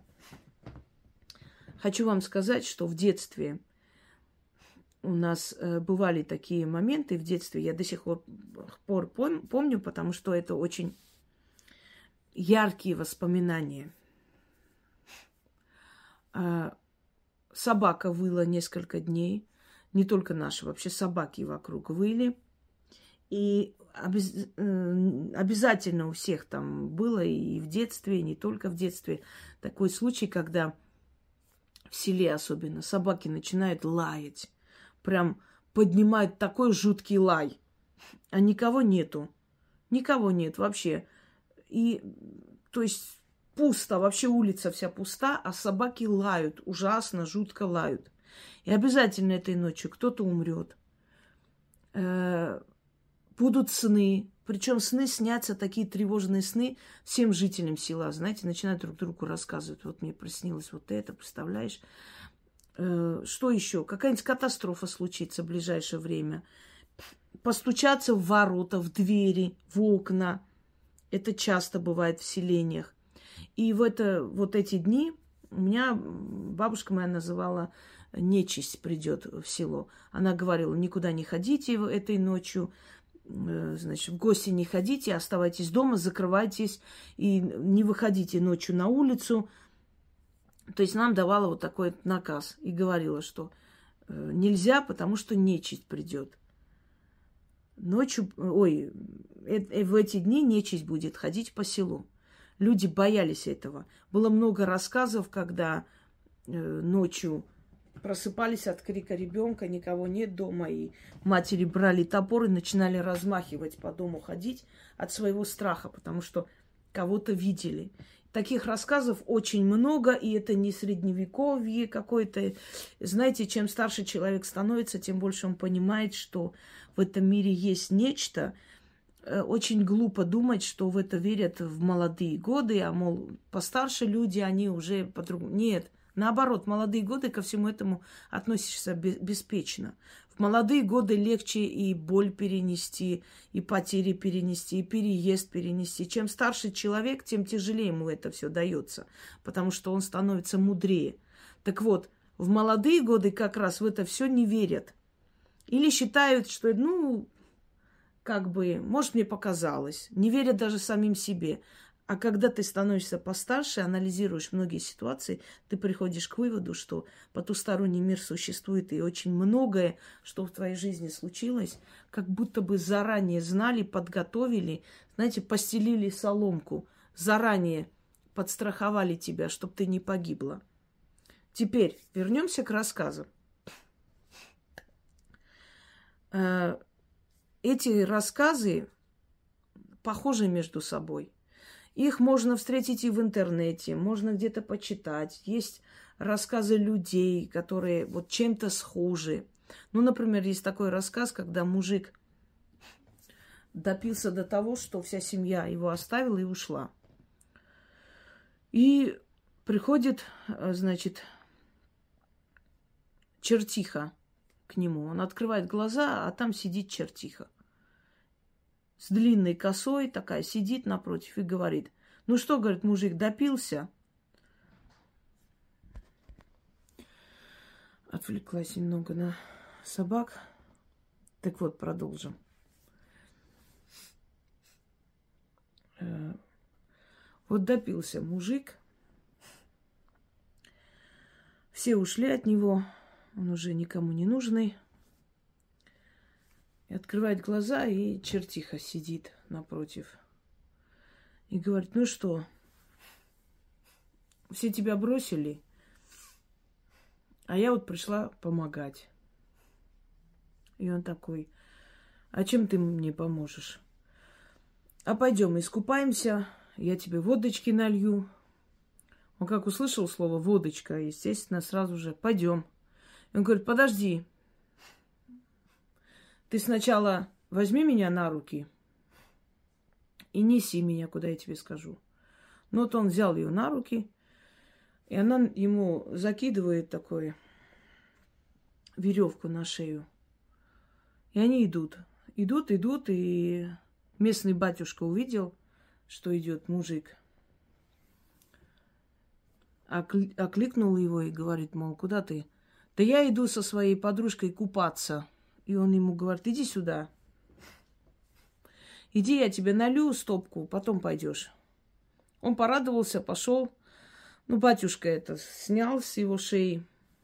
хочу вам сказать, что в детстве у нас бывали такие моменты в детстве, я до сих пор помню, потому что это очень яркие воспоминания. Собака выла несколько дней, не только наша, вообще собаки вокруг выли. И обязательно у всех там было и в детстве, и не только в детстве, такой случай, когда в селе особенно собаки начинают лаять. Прям поднимают такой жуткий лай. А никого нету. Никого нет вообще. И, то есть, пусто, вообще улица вся пуста, а собаки лают, ужасно, жутко лают. И обязательно этой ночью кто-то умрет. Будут сны. Причем сны снятся, такие тревожные сны всем жителям села. Знаете, начинают друг другу рассказывать. Вот мне приснилось вот это, представляешь? Что еще? Какая-нибудь катастрофа случится в ближайшее время. Постучаться в ворота, в двери, в окна. Это часто бывает в селениях. И вот эти дни у меня бабушка моя называла нечисть придет в село. Она говорила, никуда не ходите этой ночью, значит, в гости не ходите, оставайтесь дома, закрывайтесь и не выходите ночью на улицу. То есть нам давала вот такой наказ и говорила, что нельзя, потому что нечисть придет. Ночью, в эти дни нечисть будет ходить по селу. Люди боялись этого. Было много рассказов, когда ночью просыпались от крика ребенка, никого нет дома, и матери брали топор и начинали размахивать по дому, ходить от своего страха, потому что кого-то видели. Таких рассказов очень много, и это не средневековье какое-то. Знаете, чем старше человек становится, тем больше он понимает, что в этом мире есть нечто. Очень глупо думать, что в это верят в молодые годы, а, мол, постарше люди, они уже по-другому. Нет. Наоборот, в молодые годы ко всему этому относишься беспечно. В молодые годы легче и боль перенести, и потери перенести, и переезд перенести. Чем старше человек, тем тяжелее ему это все дается, потому что он становится мудрее. Так вот, в молодые годы как раз в это все не верят. Или считают, что, как бы, может, мне показалось, не веря даже самим себе. А когда ты становишься постарше, анализируешь многие ситуации, ты приходишь к выводу, что потусторонний мир существует, и очень многое, что в твоей жизни случилось, как будто бы заранее знали, подготовили, знаете, постелили соломку, заранее подстраховали тебя, чтобы ты не погибла. Теперь вернемся к рассказу. Эти рассказы похожи между собой. Их можно встретить и в интернете, можно где-то почитать. Есть рассказы людей, которые вот чем-то схожи. Ну, например, есть такой рассказ, когда мужик допился до того, что вся семья его оставила и ушла. И приходит, значит, чертиха к нему. Он открывает глаза, а там сидит чертиха. С длинной косой такая сидит напротив и говорит: ну что, говорит, мужик, допился? Отвлеклась немного на собак. Так вот, продолжим. Вот допился мужик. Все ушли от него. Он уже никому не нужный. И открывает глаза, и чертиха сидит напротив. И говорит: ну что, все тебя бросили, а я вот пришла помогать. И он такой: а чем ты мне поможешь? А пойдем искупаемся, я тебе водочки налью. Он как услышал слово водочка, естественно, сразу же: пойдем. И он говорит: подожди, ты сначала возьми меня на руки и неси меня, куда я тебе скажу. Ну вот он взял ее на руки, и она ему закидывает такую веревку на шею. И они идут. Идут, и местный батюшка увидел, что идет мужик. Окликнул его и говорит, мол, куда ты? Да я иду со своей подружкой купаться. И он ему говорит: иди сюда. Иди, я тебе налью стопку, потом пойдешь. Он порадовался, пошел. Ну, батюшка это снял с его шеи.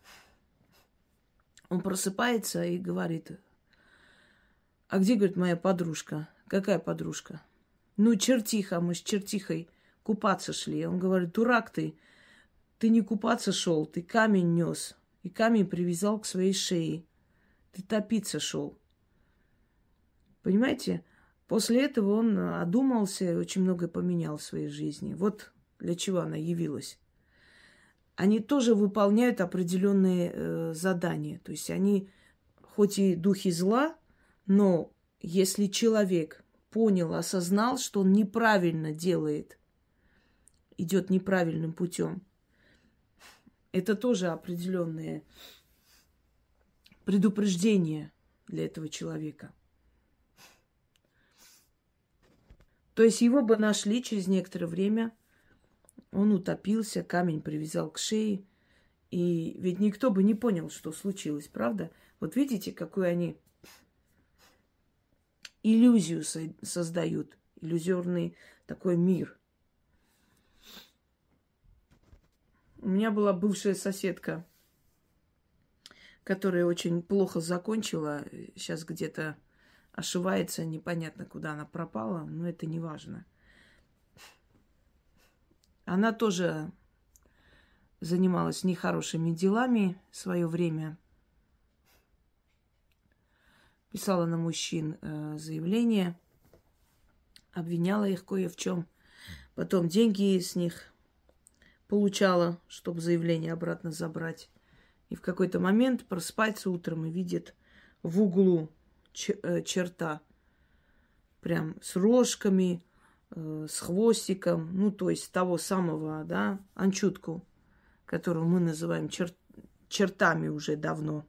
Он просыпается и говорит: а где, говорит, моя подружка? Какая подружка? Ну, чертиха, мы с чертихой купаться шли. Он говорит: дурак ты не купаться шел, ты камень нес. И камень привязал к своей шее. Ты топиться шел. Понимаете? После этого он одумался и очень многое поменял в своей жизни. Вот для чего она явилась. Они тоже выполняют определенные задания. То есть они, хоть и духи зла, но если человек понял, осознал, что он неправильно делает, идет неправильным путем, это тоже определенное предупреждение для этого человека. То есть его бы нашли через некоторое время, он утопился, камень привязал к шее, и ведь никто бы не понял, что случилось, правда? Вот видите, какую они иллюзию создают, иллюзорный такой мир. У меня была бывшая соседка, которая очень плохо закончила, сейчас где-то ошивается, непонятно, куда она пропала, но это не важно. Она тоже занималась нехорошими делами в свое время. Писала на мужчин заявления, обвиняла их кое в чем. Потом деньги с них получала, чтобы заявление обратно забрать. И в какой-то момент просыпается утром и видит в углу черта. Прям с рожками, с хвостиком. Ну, то есть того самого, да, анчутку, которую мы называем чертами уже давно.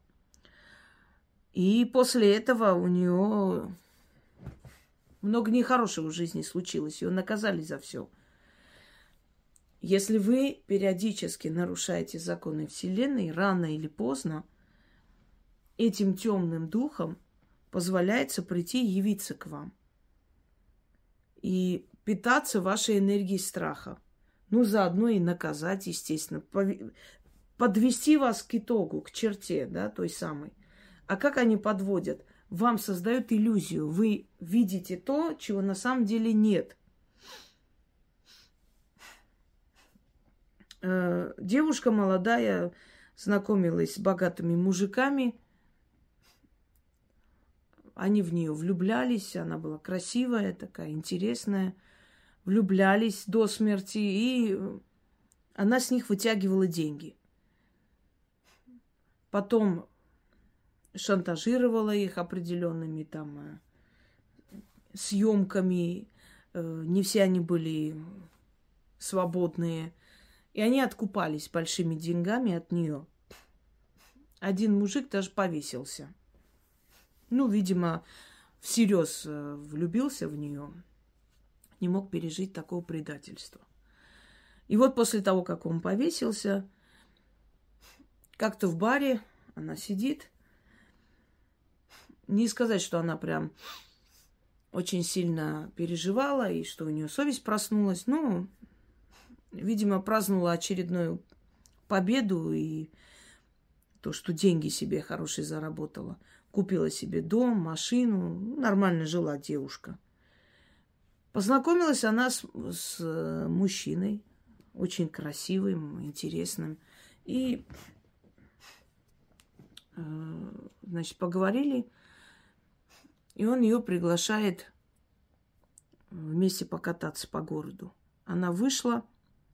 И после этого у нее много нехорошего в жизни случилось. Ее наказали за все. Если вы периодически нарушаете законы Вселенной, рано или поздно этим темным духом позволяется прийти и явиться к вам. И питаться вашей энергией страха. Ну, заодно и наказать, естественно. Подвести вас к итогу, к черте, да, той самой. А как они подводят? Вам создают иллюзию. Вы видите то, чего на самом деле нет. Девушка молодая знакомилась с богатыми мужиками. Они в нее влюблялись. Она была красивая, такая интересная. Влюблялись до смерти. И она с них вытягивала деньги. Потом шантажировала их определенными там съемками. Не все они были свободные. И они откупались большими деньгами от нее. Один мужик даже повесился. Ну, видимо, всерьез влюбился в нее. Не мог пережить такого предательства. И вот после того, как он повесился, как-то в баре она сидит. Не сказать, что она прям очень сильно переживала и что у нее совесть проснулась. Но, видимо, праздновала очередную победу и то, что деньги себе хорошие заработала. Купила себе дом, машину. Нормально жила девушка. Познакомилась она с мужчиной. Очень красивым, интересным. И, значит, поговорили. И он ее приглашает вместе покататься по городу. Она вышла,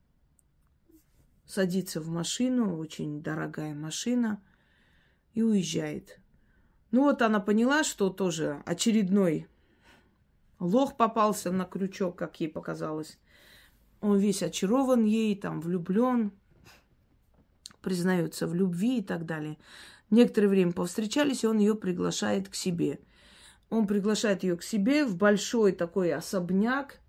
садится в машину, очень дорогая машина, и уезжает. Ну вот она поняла, что тоже очередной лох попался на крючок, как ей показалось. Он весь очарован ей, там, влюблен, признается в любви и так далее. Некоторое время повстречались, и он ее приглашает к себе. Он приглашает ее к себе в большой такой особняк,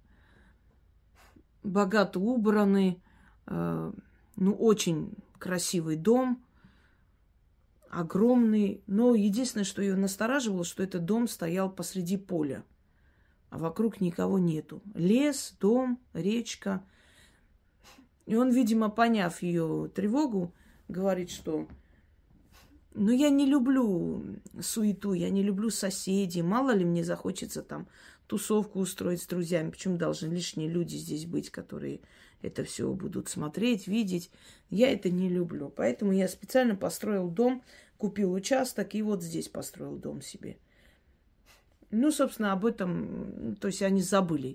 богато убранный, ну, очень красивый дом, огромный. Но единственное, что ее настораживало, что этот дом стоял посреди поля, а вокруг никого нету. Лес, дом, речка. И он, видимо, поняв ее тревогу, говорит, что ну, я не люблю суету, я не люблю соседей. Мало ли мне захочется там тусовку устроить с друзьями. Почему должны лишние люди здесь быть, которые это все будут смотреть, видеть? Я это не люблю. Поэтому я специально построил дом, купил участок и вот здесь построил дом себе. Ну, собственно, об этом, то есть они забыли.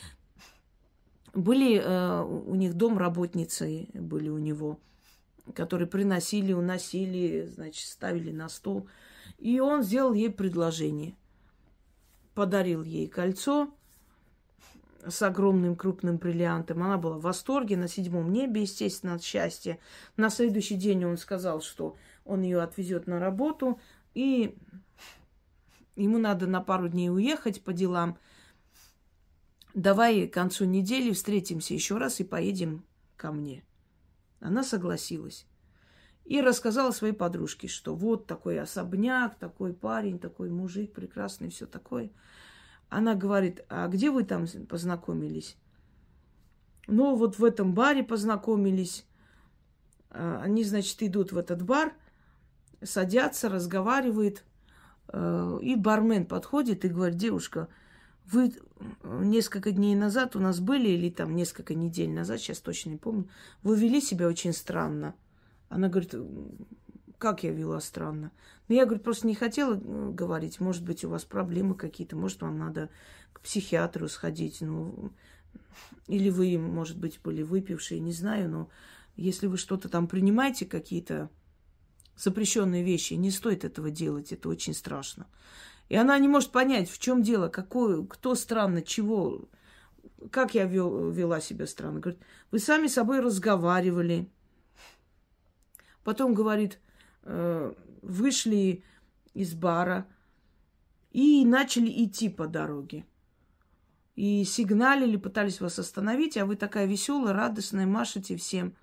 Были у них домработницы, были у него, которые приносили, уносили, значит, ставили на стол. И он сделал ей предложение. Подарил ей кольцо с огромным крупным бриллиантом. Она была в восторге, на 7-м небе, естественно, от счастья. На следующий день он сказал, что он ее отвезет на работу, и ему надо на пару дней уехать по делам. Давай к концу недели встретимся еще раз и поедем ко мне. Она согласилась. И рассказала своей подружке, что вот такой особняк, такой парень, такой мужик прекрасный, все такое. Она говорит, а где вы там познакомились? Ну, вот в этом баре познакомились. Они, значит, идут в этот бар, садятся, разговаривают. И бармен подходит и говорит, девушка, вы несколько дней назад у нас были, или там несколько недель назад, сейчас точно не помню, вы вели себя очень странно. Она говорит, как я вела странно? Ну, я, говорю, просто не хотела говорить, может быть, у вас проблемы какие-то, может, вам надо к психиатру сходить, ну, или вы, может быть, были выпившие, не знаю, но если вы что-то там принимаете, какие-то запрещенные вещи, не стоит этого делать, это очень страшно. И она не может понять, в чем дело, кто странно, чего, как я вела себя странно. Говорит, вы сами с собой разговаривали. Потом, говорит, вышли из бара и начали идти по дороге. И сигналили, пытались вас остановить, а вы такая веселая, радостная, машете всем.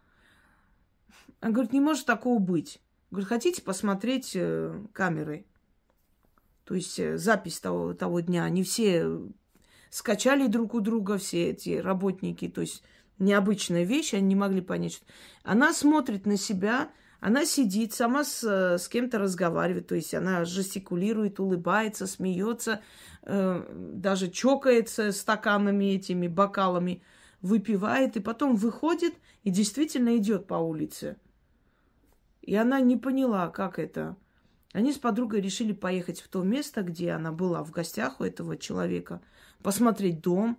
Она говорит, не может такого быть. Говорит, хотите посмотреть камерой? То есть запись того дня. Они все скачали друг у друга, все эти работники. То есть необычная вещь, они не могли понять. Что... Она смотрит на себя, она сидит, сама с кем-то разговаривает. То есть она жестикулирует, улыбается, смеется, даже чокается стаканами этими, бокалами, выпивает. И потом выходит и действительно идет по улице. И она не поняла, как это. Они с подругой решили поехать в то место, где она была в гостях у этого человека, посмотреть дом.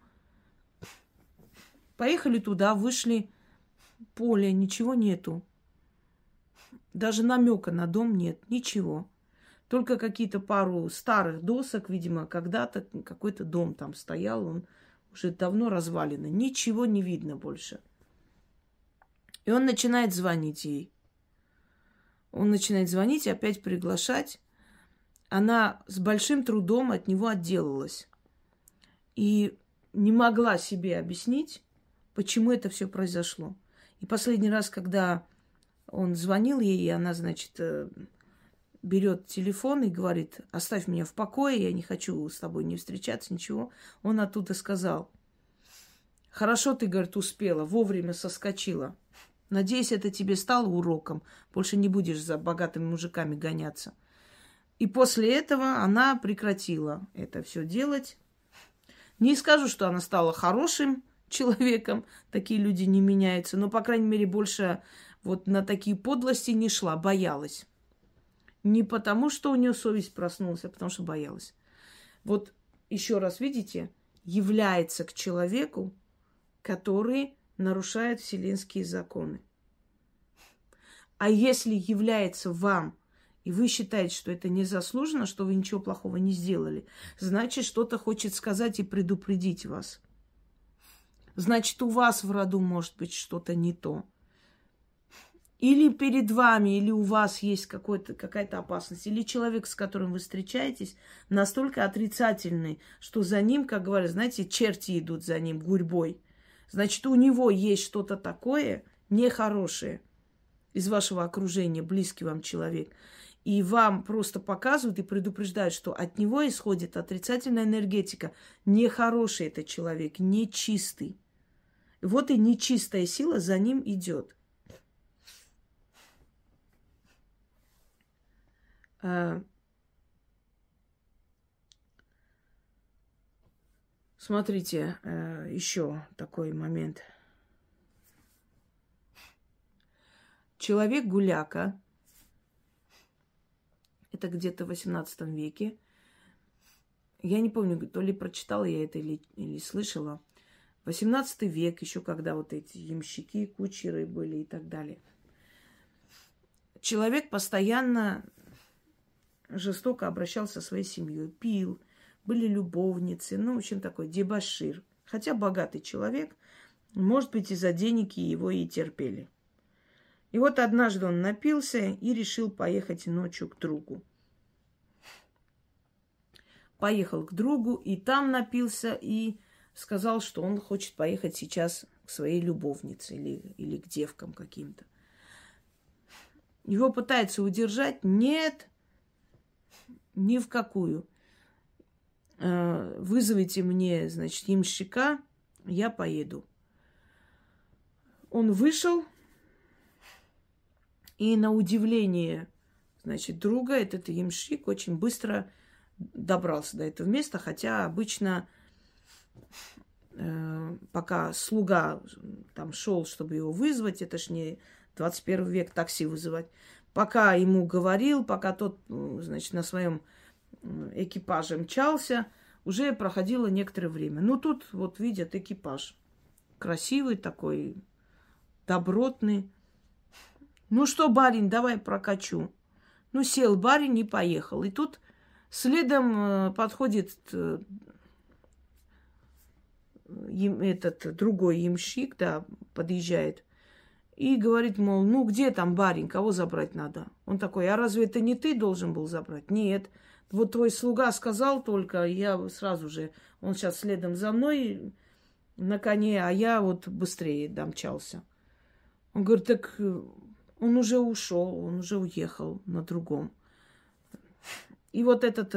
Поехали туда, вышли, поле, ничего нету. Даже намека на дом нет, ничего. Только какие-то пару старых досок, видимо, когда-то какой-то дом там стоял, он уже давно разваленный. Ничего не видно больше. И он начинает звонить ей. Он начинает звонить и опять приглашать. Она с большим трудом от него отделалась. И не могла себе объяснить, почему это все произошло. И последний раз, когда он звонил ей, и она, значит, берет телефон и говорит: оставь меня в покое, я не хочу с тобой не встречаться, ничего. Он оттуда сказал: хорошо ты, говорит, успела, вовремя соскочила. Надеюсь, это тебе стало уроком. Больше не будешь за богатыми мужиками гоняться. И после этого она прекратила это все делать. Не скажу, что она стала хорошим человеком. Такие люди не меняются. Но, по крайней мере, больше вот на такие подлости не шла. Боялась. Не потому, что у нее совесть проснулась, а потому, что боялась. Вот еще раз, видите, является к человеку, который нарушает вселенские законы. А если является вам, и вы считаете, что это незаслуженно, что вы ничего плохого не сделали, значит, что-то хочет сказать и предупредить вас. Значит, у вас в роду может быть что-то не то. Или перед вами, или у вас есть какая-то опасность, или человек, с которым вы встречаетесь, настолько отрицательный, что за ним, как говорят, знаете, черти идут за ним гурьбой. Значит, у него есть что-то такое нехорошее из вашего окружения, близкий вам человек. И вам просто показывают и предупреждают, что от него исходит отрицательная энергетика. Нехороший этот человек, нечистый. Вот и нечистая сила за ним идет. Смотрите, еще такой момент. Человек-гуляка, это где-то в XVIII веке. Я не помню, то ли прочитала я это или слышала. XVIII век, еще когда вот эти ямщики, кучеры были и так далее. Человек постоянно жестоко обращался со своей семьей, пил, были любовницы, ну, в общем, такой дебошир. Хотя богатый человек, может быть, из-за денег его и терпели. И вот однажды он напился и решил поехать ночью к другу. Поехал к другу, и там напился, и сказал, что он хочет поехать сейчас к своей любовнице или к девкам каким-то. Его пытаются удержать. Нет, ни в какую. Вызовите мне, значит, ямщика, я поеду. Он вышел, и на удивление, значит, друга, этот ямщик очень быстро добрался до этого места, хотя обычно, пока слуга там шел, чтобы его вызвать, это ж не 21 век такси вызывать, пока ему говорил, пока тот, значит, на своем экипаже мчался, уже проходило некоторое время. Ну, тут вот видят экипаж. Красивый такой, добротный. Ну что, барин, давай прокачу. Ну, сел барин и поехал. И тут следом подходит этот другой ямщик, да, подъезжает. И говорит, мол, ну где там барин, кого забрать надо? Он такой, а разве это не ты должен был забрать? Нет. Вот твой слуга сказал только, я сразу же, он сейчас следом за мной на коне, а я вот быстрее домчался. Он говорит, так он уже ушел, он уже уехал на другом. И вот этот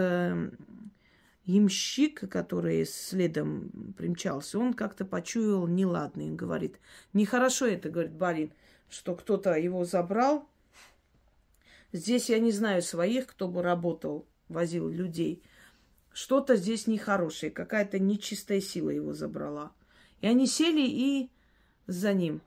ямщик, который следом примчался, он как-то почуял неладное. Говорит, нехорошо это, говорит, барин, что кто-то его забрал. Здесь я не знаю своих, кто бы работал, возил людей. Что-то здесь нехорошее, какая-то нечистая сила его забрала. И они сели и за ним.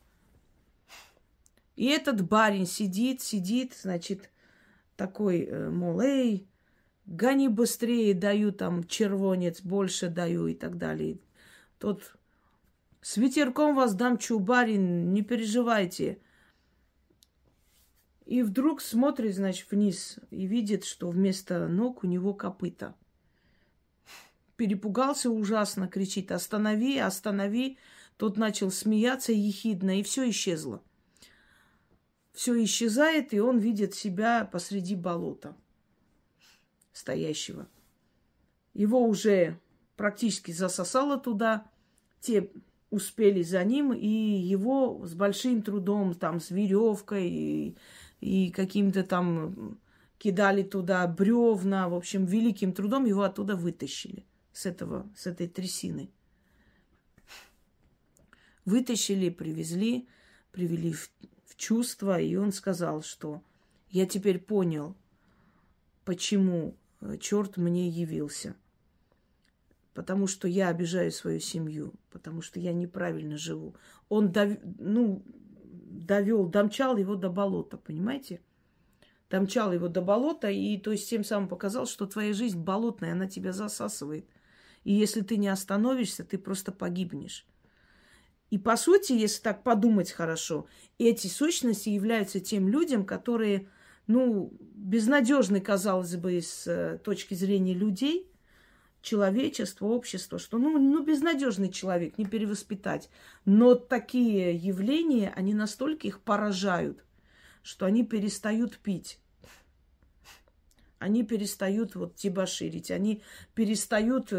И этот барин сидит, значит, такой, мол, эй, гони быстрее, даю там червонец, больше даю и так далее. Тот, с ветерком вас дамчу, барин, не переживайте. И вдруг смотрит, значит, вниз и видит, что вместо ног у него копыта. Перепугался ужасно, кричит, останови, останови. Тот начал смеяться ехидно, и все исчезло. Все исчезает, и он видит себя посреди болота стоящего. Его уже практически засосало туда. Те успели за ним, и его с большим трудом, там, с веревкой и каким-то там кидали туда бревна. В общем, великим трудом его оттуда вытащили, с этой трясины. Вытащили, привели в чувство, и он сказал, что я теперь понял, почему черт мне явился. Потому что я обижаю свою семью, потому что я неправильно живу. Он домчал его до болота, понимаете? Домчал его до болота, и то есть тем самым показал, что твоя жизнь болотная, она тебя засасывает. И если ты не остановишься, ты просто погибнешь. И по сути, если так подумать хорошо, эти сущности являются тем людям, которые, безнадежны, казалось бы, с точки зрения людей, человечества, общества, что, безнадежный человек, не перевоспитать. Но такие явления, они настолько их поражают, что они перестают пить. Они перестают дебоширить, они перестают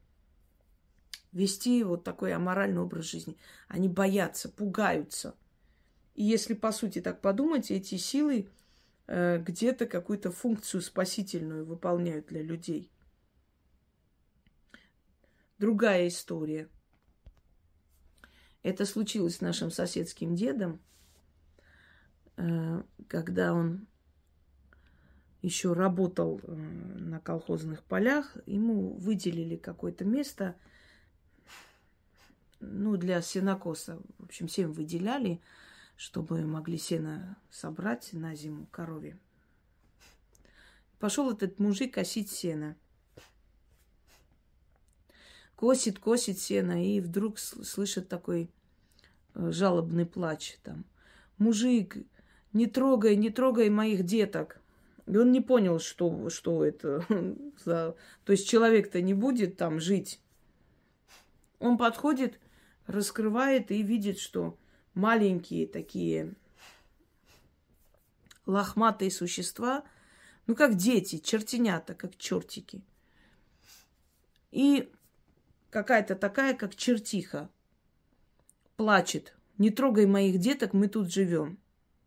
вести такой аморальный образ жизни. Они боятся, пугаются. И если, по сути, так подумать, эти силы где-то какую-то функцию спасительную выполняют для людей. Другая история. Это случилось с нашим соседским дедом, когда он еще работал на колхозных полях. Ему выделили какое-то место, для сенокоса. В общем, всем выделяли, чтобы могли сено собрать на зиму корове. Пошел этот мужик косить сено. Косит сено, и вдруг слышит такой жалобный плач там. Мужик, не трогай моих деток. И он не понял, что это за... То есть человек-то не будет там жить. Он подходит, раскрывает и видит, что маленькие такие лохматые существа, как дети, чертенята, как чертики. И какая-то такая, как чертиха, плачет. Не трогай моих деток, мы тут живем.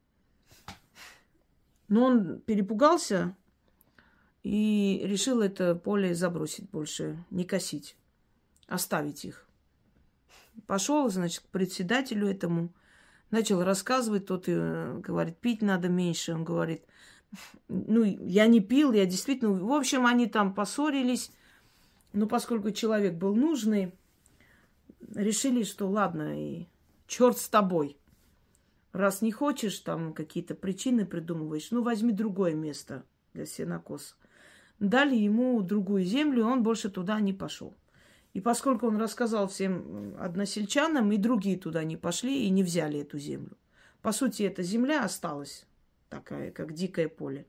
Но он перепугался и решил это поле забросить больше, не косить, оставить их. Пошел, значит, к председателю этому, начал рассказывать, тот говорит, пить надо меньше. Он говорит, я не пил, я действительно... В общем, они там поссорились. Но поскольку человек был нужный, решили, что ладно, и черт с тобой. Раз не хочешь, там какие-то причины придумываешь, возьми другое место для сенокоса. Дали ему другую землю, он больше туда не пошел. И поскольку он рассказал всем односельчанам, и другие туда не пошли и не взяли эту землю. По сути, эта земля осталась такая, как дикое поле.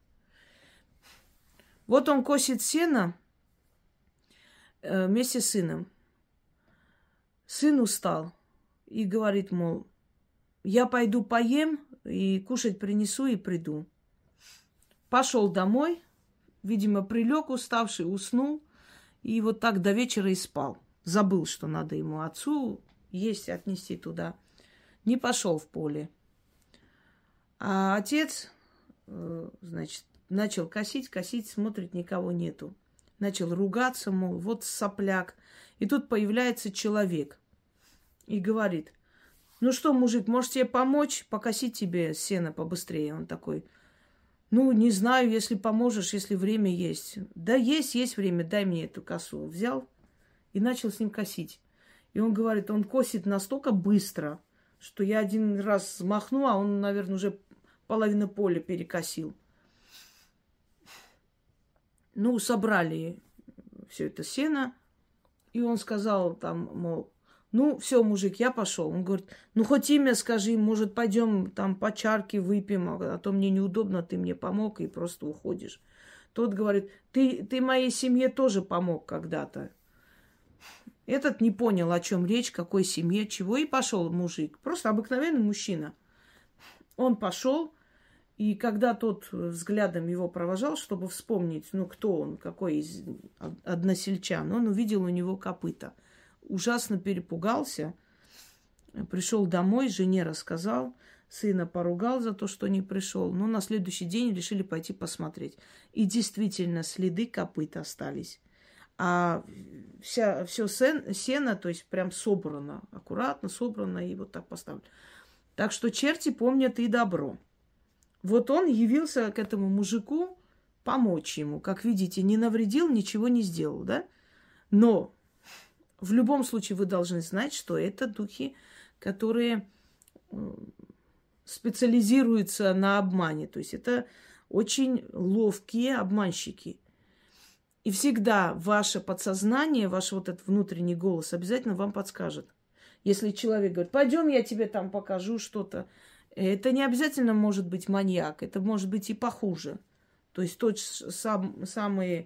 Вот он косит сено вместе с сыном. Сын устал и говорит, мол, я пойду поем и кушать принесу и приду. Пошел домой, видимо, прилег уставший, уснул. И вот так до вечера и спал. Забыл, что надо ему отцу есть отнести туда. Не пошел в поле. А отец, значит, начал косить, смотрит, никого нету. Начал ругаться, мол, вот сопляк. И тут появляется человек и говорит: ну что, мужик, может тебе помочь покосить тебе сено побыстрее? Он такой: ну, не знаю, если поможешь, если время есть. Да есть время, дай мне эту косу. Взял и начал с ним косить. И он говорит, он косит настолько быстро, что я один раз взмахну, а он, наверное, уже половину поля перекосил. Ну, собрали все это сено, и он сказал там, мол, ну, все, мужик, я пошел. Он говорит, ну, хоть имя скажи, может, пойдем там по чарке выпьем, а то мне неудобно, ты мне помог и просто уходишь. Тот говорит, ты моей семье тоже помог когда-то. Этот не понял, о чем речь, какой семье, чего, и пошел мужик. Просто обыкновенный мужчина. Он пошел, и когда тот взглядом его провожал, чтобы вспомнить, ну, кто он, какой из односельчан, он увидел у него копыта. Ужасно перепугался, пришел домой, жене рассказал, сына поругал за то, что не пришел. Но на следующий день решили пойти посмотреть. И действительно, следы копыт остались. А все сено, то есть прям собрано, аккуратно собрано и вот так поставлено. Так что черти помнят и добро. Вот он явился к этому мужику помочь ему. Как видите, не навредил, ничего не сделал, да? Но в любом случае вы должны знать, что это духи, которые специализируются на обмане. То есть это очень ловкие обманщики. И всегда ваше подсознание, ваш вот этот внутренний голос обязательно вам подскажет. Если человек говорит, пойдем, я тебе там покажу что-то, это не обязательно может быть маньяк, это может быть и похуже. То есть тот самый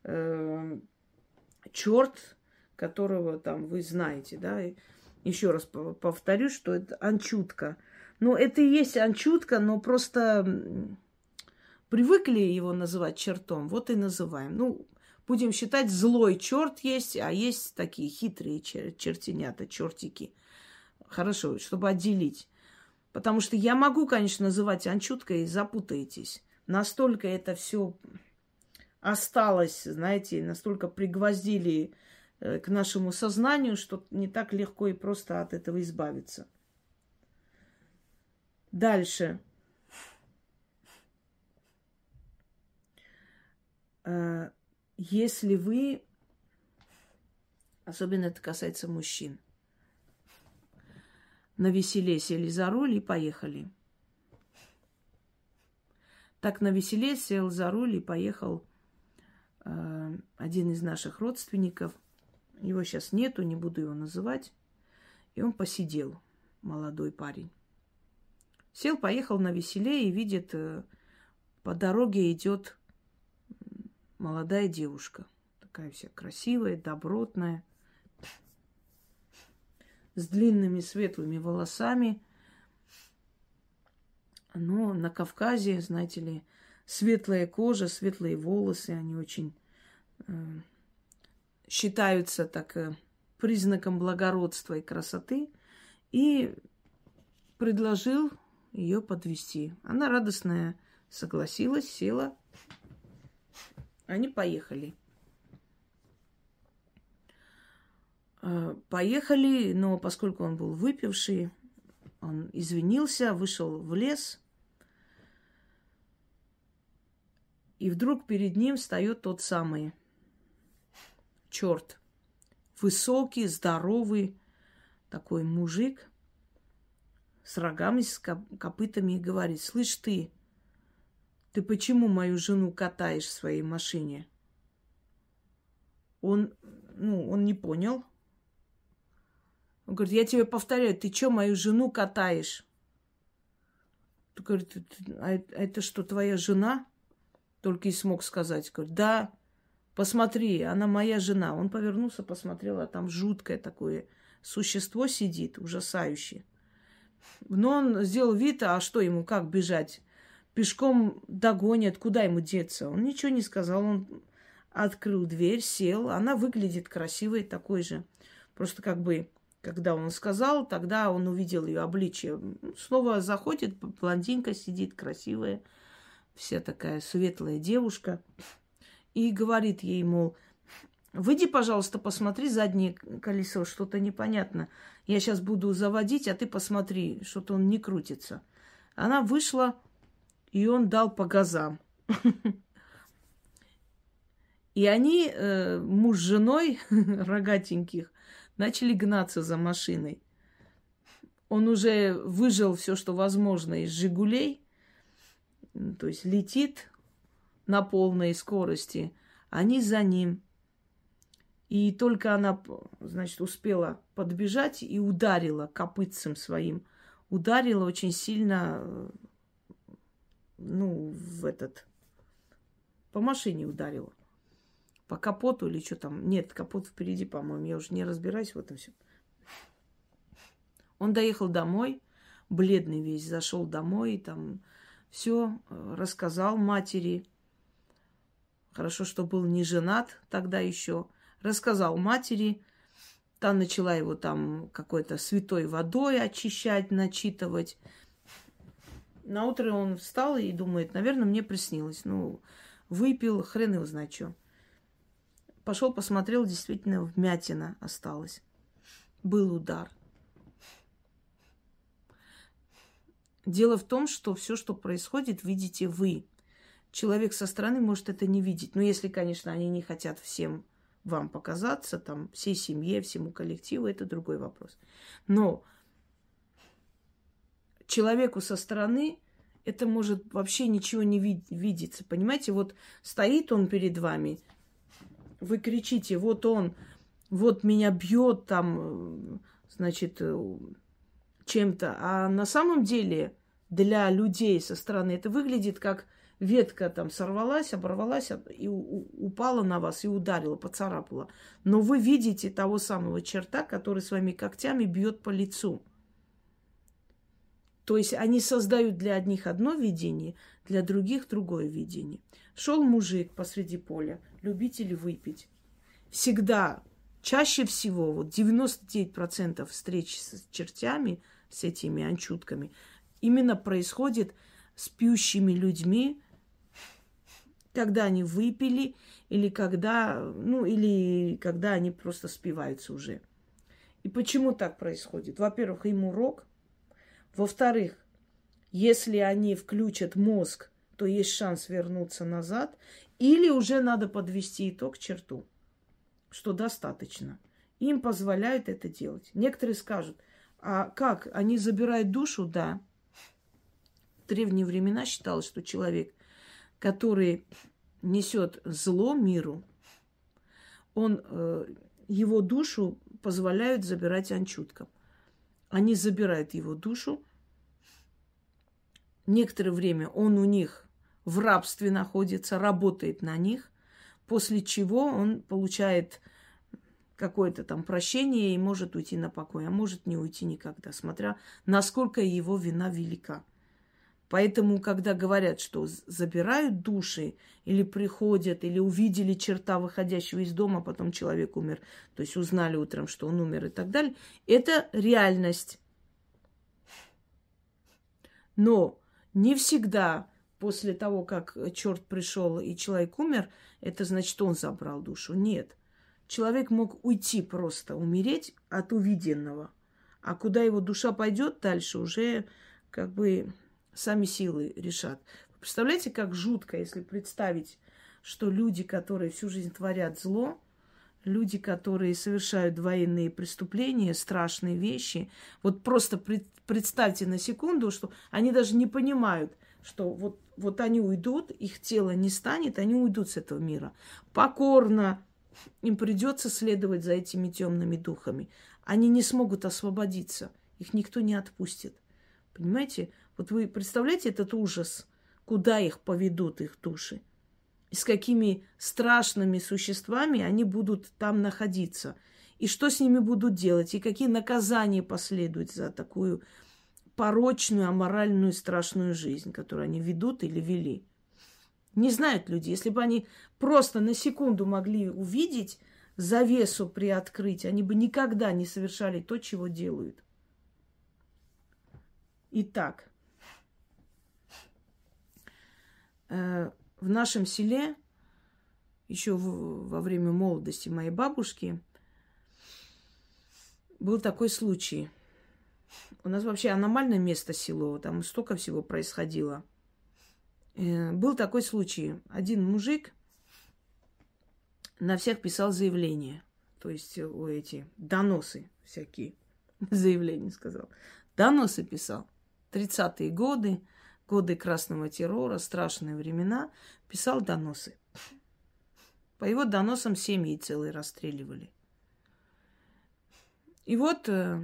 черт, которого там вы знаете, да. И еще раз повторю, что это анчутка. Ну, это и есть анчутка, но просто привыкли его называть чертом, вот и называем. Ну, будем считать, злой черт есть, а есть такие хитрые чертенята, чертики. Хорошо, чтобы отделить. Потому что я могу, конечно, называть анчуткой, и запутаетесь. Настолько это все осталось, знаете, настолько пригвоздили к нашему сознанию, что не так легко и просто от этого избавиться. Дальше. Если вы, особенно это касается мужчин, навеселе сели за руль и поехали. Так навеселе сел за руль и поехал один из наших родственников. Его сейчас нету, не буду его называть. И он посидел, молодой парень. Сел, поехал навеселе и видит, по дороге идет молодая девушка. Такая вся красивая, добротная, с длинными светлыми волосами. Но на Кавказе, знаете ли, светлая кожа, светлые волосы, они очень считаются так признаком благородства и красоты. И предложил ее подвезти. Она радостная согласилась, села. Они поехали. Поехали, но поскольку он был выпивший, он извинился, вышел в лес. И вдруг перед ним встает тот самый черт. Высокий, здоровый такой мужик с рогами, с копытами, и говорит: слышь ты почему мою жену катаешь в своей машине? Он не понял. Он говорит: я тебе повторяю, ты что мою жену катаешь? Он говорит: а это что, твоя жена? Только и смог сказать. Говорит: да, посмотри, она моя жена. Он повернулся, посмотрел, а там жуткое такое существо сидит, ужасающее. Но он сделал вид, а что ему, как бежать? Пешком догонят, куда ему деться? Он ничего не сказал, он открыл дверь, сел. Она выглядит красивой, такой же. Просто как бы, когда он сказал, тогда он увидел ее обличие. Снова заходит, блондинка сидит, красивая, вся такая светлая девушка, и говорит ей, мол, выйди, пожалуйста, посмотри заднее колесо, что-то непонятно. Я сейчас буду заводить, а ты посмотри, что-то он не крутится. Она вышла, и он дал по газам. И они, муж с женой, рогатеньких, начали гнаться за машиной. Он уже выжил все, что возможно из «Жигулей», то есть летит на полной скорости. Они за ним. И только она, значит, успела подбежать и ударила копытцем своим. Ударила очень сильно, по машине ударила. По капоту или что там. Нет, капот впереди, по-моему. Я уже не разбираюсь в этом всем. Он доехал домой, бледный весь, зашел домой, там все рассказал матери. Хорошо, что был не женат тогда еще. Рассказал матери. Та начала его там какой-то святой водой очищать, начитывать. Наутро он встал и думает, наверное, мне приснилось. Выпил, хрен его знает что. Пошел, посмотрел, действительно, вмятина осталась. Был удар. Дело в том, что все, что происходит, видите вы. Человек со стороны может это не видеть. Но если, конечно, они не хотят всем вам показаться, там, всей семье, всему коллективу, это другой вопрос. Но человеку со стороны это может вообще ничего не видеться. Понимаете, вот стоит он перед вами, вы кричите, вот он, вот меня бьет там, значит, чем-то. А на самом деле для людей со стороны это выглядит как ветка там сорвалась, оборвалась и упала на вас и ударила, поцарапала. Но вы видите того самого черта, который своими когтями бьет по лицу. То есть они создают для одних одно видение, для других другое видение. Шел мужик посреди поля, любитель выпить. Всегда, чаще всего, вот 99% встреч с чертями, с этими анчутками, именно происходит с пьющими людьми, когда они выпили, или когда они просто спиваются уже. И почему так происходит? Во-первых, им урок. Во-вторых, если они включат мозг, то есть шанс вернуться назад. Или уже надо подвести итог, черту, что достаточно. Им позволяют это делать. Некоторые скажут, а как? Они забирают душу? Да. В древние времена считалось, что человек, который несет зло миру, его душу позволяют забирать анчуткам. Они забирают его душу. Некоторое время он у них в рабстве находится, работает на них, после чего он получает какое-то там прощение и может уйти на покой, а может не уйти никогда, смотря насколько его вина велика. Поэтому, когда говорят, что забирают души, или приходят, или увидели черта выходящего из дома, а потом человек умер, то есть узнали утром, что он умер и так далее, это реальность. Но не всегда после того, как черт пришел и человек умер, это значит, что он забрал душу. Нет. Человек мог уйти просто, умереть от увиденного. А куда его душа пойдет дальше, уже как бы сами силы решат. Представляете, как жутко, если представить, что люди, которые всю жизнь творят зло, люди, которые совершают военные преступления, страшные вещи, вот просто представьте на секунду, что они даже не понимают, что вот они уйдут, их тело не станет, они уйдут с этого мира. Покорно им придется следовать за этими темными духами. Они не смогут освободиться, их никто не отпустит. Понимаете? Вот вы представляете этот ужас, куда их поведут их души? И с какими страшными существами они будут там находиться? И что с ними будут делать? И какие наказания последуют за такую порочную, аморальную, страшную жизнь, которую они ведут или вели? Не знают люди. Если бы они просто на секунду могли увидеть, завесу приоткрыть, они бы никогда не совершали то, чего делают. Итак, в нашем селе, еще во время молодости моей бабушки, был такой случай. У нас вообще аномальное место село, там столько всего происходило. Был такой случай. Один мужик на всех писал заявления. То есть эти доносы всякие. Заявления сказал. Доносы писал. 30-е годы, годы красного террора, страшные времена. Писал доносы. По его доносам семьи целые расстреливали. И вот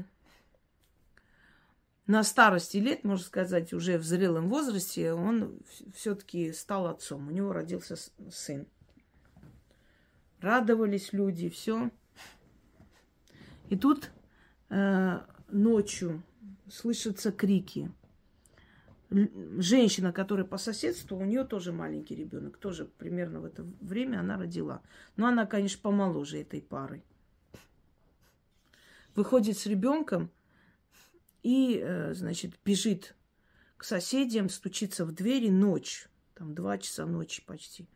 на старости лет, можно сказать, уже в зрелом возрасте, он все-таки стал отцом. У него родился сын. Радовались люди, все. И тут ночью слышатся крики. Женщина, которая по соседству, у нее тоже маленький ребенок, тоже примерно в это время она родила. Но она, конечно, помоложе этой пары. Выходит с ребенком и, значит, бежит к соседям, стучится в двери ночь, там 2 часа ночи почти.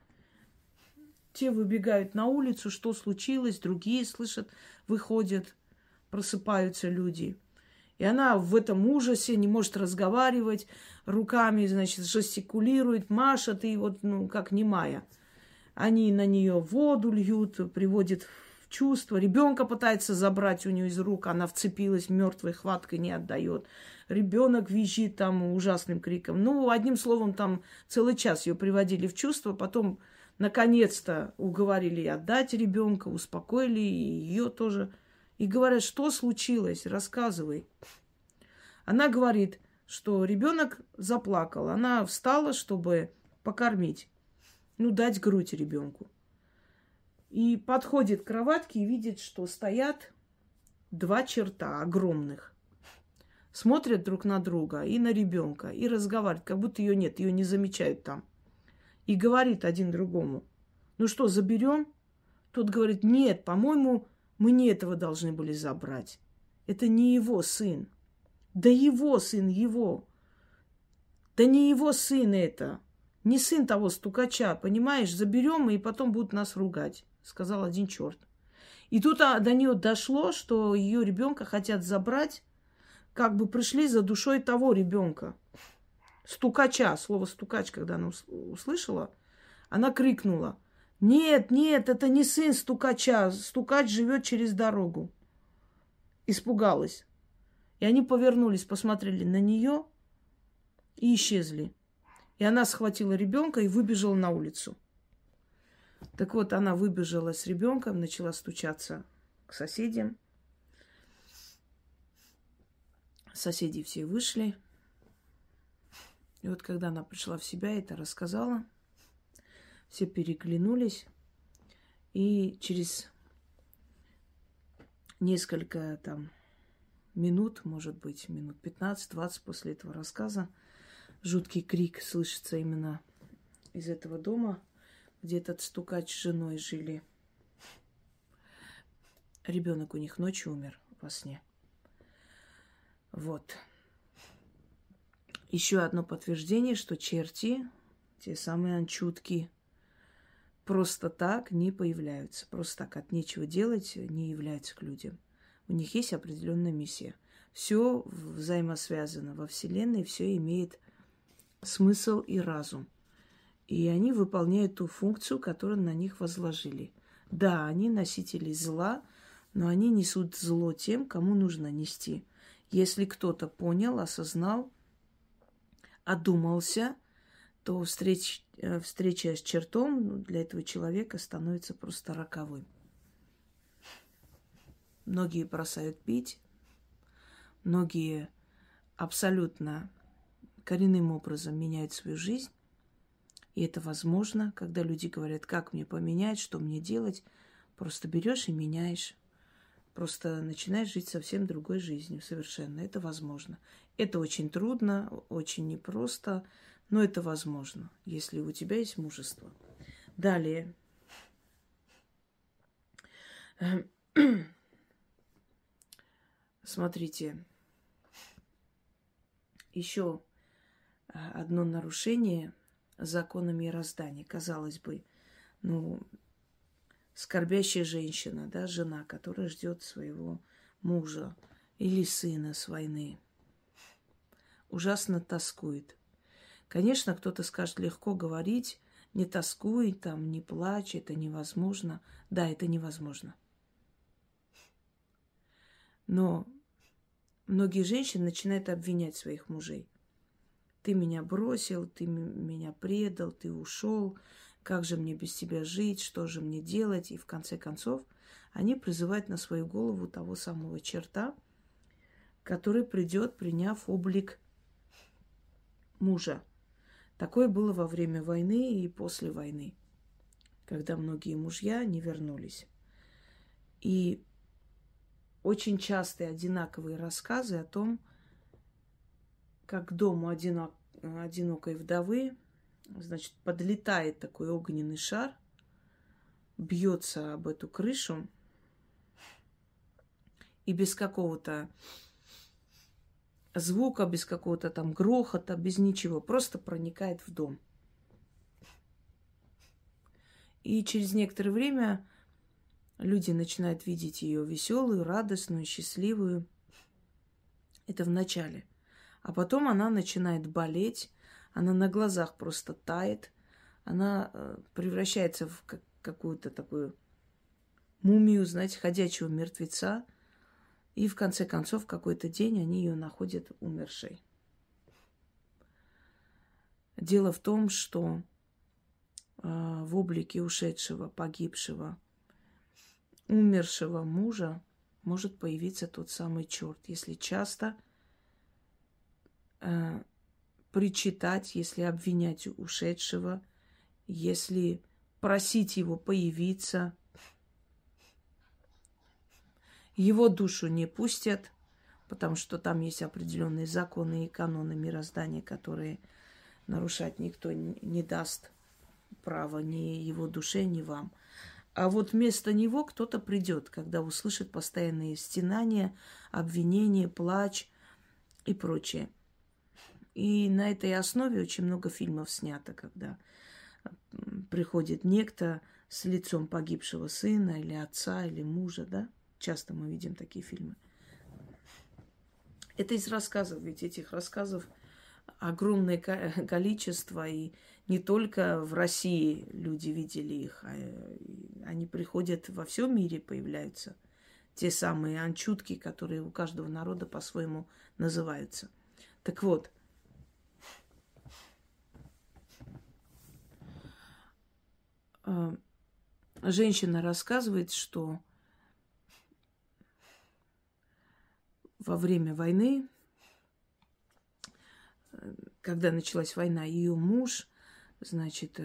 Те выбегают на улицу, что случилось, другие слышат, выходят, просыпаются люди. И она в этом ужасе не может разговаривать, руками, значит, жестикулирует, машет, и вот, как немая. Они на нее воду льют, приводят в чувство. Ребенка пытается забрать у нее из рук, она вцепилась мертвой хваткой, не отдает. Ребенок визжит там ужасным криком. Одним словом, там целый час ее приводили в чувство, потом наконец-то уговорили отдать ребенка, успокоили ее тоже. И говорят, что случилось, рассказывай. Она говорит, что ребенок заплакал. Она встала, чтобы покормить, дать грудь ребенку. И подходит к кроватке и видит, что стоят 2 черта огромных. Смотрят друг на друга и на ребенка, и разговаривают, как будто ее нет, ее не замечают там. И говорит один другому, что, заберем? Тот говорит, нет, по-моему, мы не этого должны были забрать. Это не его сын. Да его сын, его. Да не его сын это. Не сын того стукача, понимаешь? Заберем и потом будут нас ругать, сказал один черт. И тут до нее дошло, что ее ребенка хотят забрать, как бы пришли за душой того ребенка. Стукача, слово стукач, когда она услышала, она крикнула: нет, нет, это не сын стукача. Стукач живет через дорогу. Испугалась. И они повернулись, посмотрели на нее и исчезли. И она схватила ребенка и выбежала на улицу. Так вот, она выбежала с ребенком, начала стучаться к соседям. Соседи все вышли. И вот когда она пришла в себя, это рассказала. Все переглянулись. И через несколько минут, может быть, минут 15-20 после этого рассказа, жуткий крик слышится именно из этого дома, где этот стукач с женой жили. Ребенок у них ночью умер во сне. Вот. Еще одно подтверждение, что черти, те самые анчутки, просто так не появляются. Просто так от нечего делать не являются к людям. У них есть определенная миссия. Все взаимосвязано во Вселенной, все имеет смысл и разум. И они выполняют ту функцию, которую на них возложили. Да, они носители зла, но они несут зло тем, кому нужно нести. Если кто-то понял, осознал, одумался, то встреча с чертом для этого человека становится просто роковым. Многие бросают пить, многие абсолютно коренным образом меняют свою жизнь. И это возможно, когда люди говорят, как мне поменять, что мне делать. Просто берешь и меняешь. Просто начинаешь жить совсем другой жизнью, совершенно. Это возможно. Это очень трудно, очень непросто, но это возможно, если у тебя есть мужество. Далее. Смотрите. Еще одно нарушение закона мироздания. Казалось бы, ну, скорбящая женщина, да, жена, которая ждет своего мужа или сына с войны, ужасно тоскует. Конечно, кто-то скажет, легко говорить, не тоскуй, там, не плачь, это невозможно. Да, это невозможно. Но многие женщины начинают обвинять своих мужей. Ты меня бросил, ты меня предал, ты ушел. Как же мне без тебя жить, что же мне делать? И в конце концов они призывают на свою голову того самого черта, который придет, приняв облик мужа. Такое было во время войны и после войны, когда многие мужья не вернулись. И очень частые одинаковые рассказы о том, как к дому одинокой вдовы, значит, подлетает такой огненный шар, бьется об эту крышу и без какого-то звука, без какого-то там грохота, без ничего, просто проникает в дом. И через некоторое время люди начинают видеть ее веселую, радостную, счастливую. Это в начале. А потом она начинает болеть, она на глазах просто тает, она превращается в какую-то такую мумию, знаете, ходячего мертвеца. И в конце концов, в какой-то день они ее находят умершей. Дело в том, что в облике ушедшего, погибшего, умершего мужа может появиться тот самый черт, если часто причитать, если обвинять ушедшего, если просить его появиться. Его душу не пустят, потому что там есть определенные законы и каноны мироздания, которые нарушать никто не даст права ни его душе, ни вам. А вот вместо него кто-то придет, когда услышит постоянные стенания, обвинения, плач и прочее. И на этой основе очень много фильмов снято, когда приходит некто с лицом погибшего сына или отца, или мужа, да? Часто мы видим такие фильмы. Это из рассказов, ведь этих рассказов огромное количество, и не только в России люди видели их, а они приходят во всем мире, появляются. Те самые анчутки, которые у каждого народа по-своему называются. Так вот, женщина рассказывает, что во время войны, когда началась война, ее муж, значит,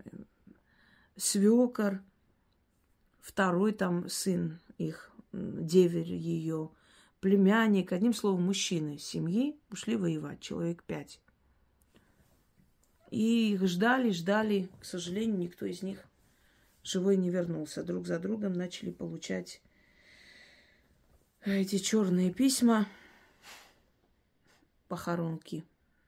свекор, второй там сын их, деверь ее, племянник, одним словом, мужчины семьи ушли воевать, человек 5. И их ждали, к сожалению, никто из них живой не вернулся. Друг за другом начали получать эти черные письма, похоронки.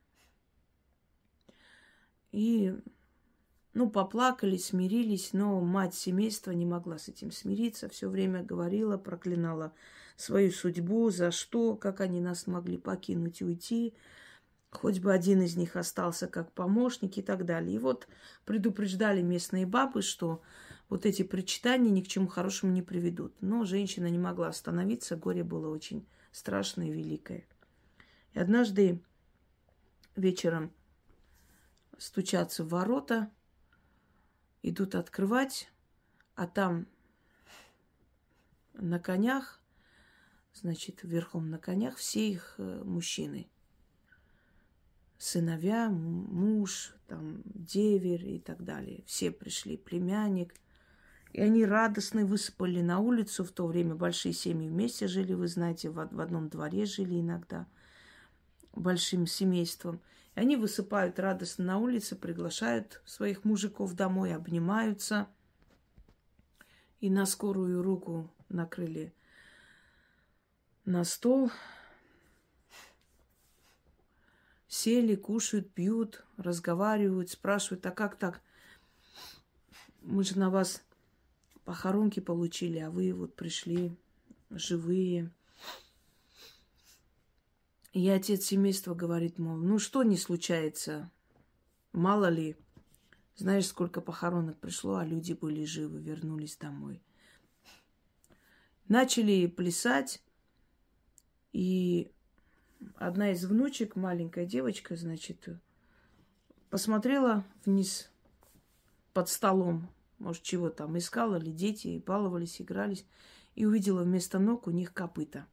И, поплакали, смирились, но мать семейства не могла с этим смириться. Все время говорила, проклинала свою судьбу, за что, как они нас могли покинуть и уйти. Хоть бы один из них остался как помощник и так далее. И вот предупреждали местные бабы, что вот эти причитания ни к чему хорошему не приведут. Но женщина не могла остановиться, горе было очень страшное и великое. И однажды вечером стучатся в ворота, идут открывать, а там на конях, значит, верхом на конях все их мужчины. Сыновья, муж, там, деверь и так далее. Все пришли, племянник. И они радостно высыпали на улицу. В то время большие семьи вместе жили, вы знаете, в одном дворе жили иногда большим семейством. И они высыпают радостно на улице, приглашают своих мужиков домой, обнимаются. И на скорую руку накрыли на стол сели, кушают, пьют, разговаривают, спрашивают, а как так? Мы же на вас похоронки получили, а вы вот пришли живые. И отец семейства говорит, мол, ну что не случается, мало ли, знаешь, сколько похоронок пришло, а люди были живы, вернулись домой. Начали плясать, и одна из внучек, маленькая девочка, значит, посмотрела вниз под столом, может, чего там искала, или дети баловались, игрались, и увидела вместо ног у них копыта.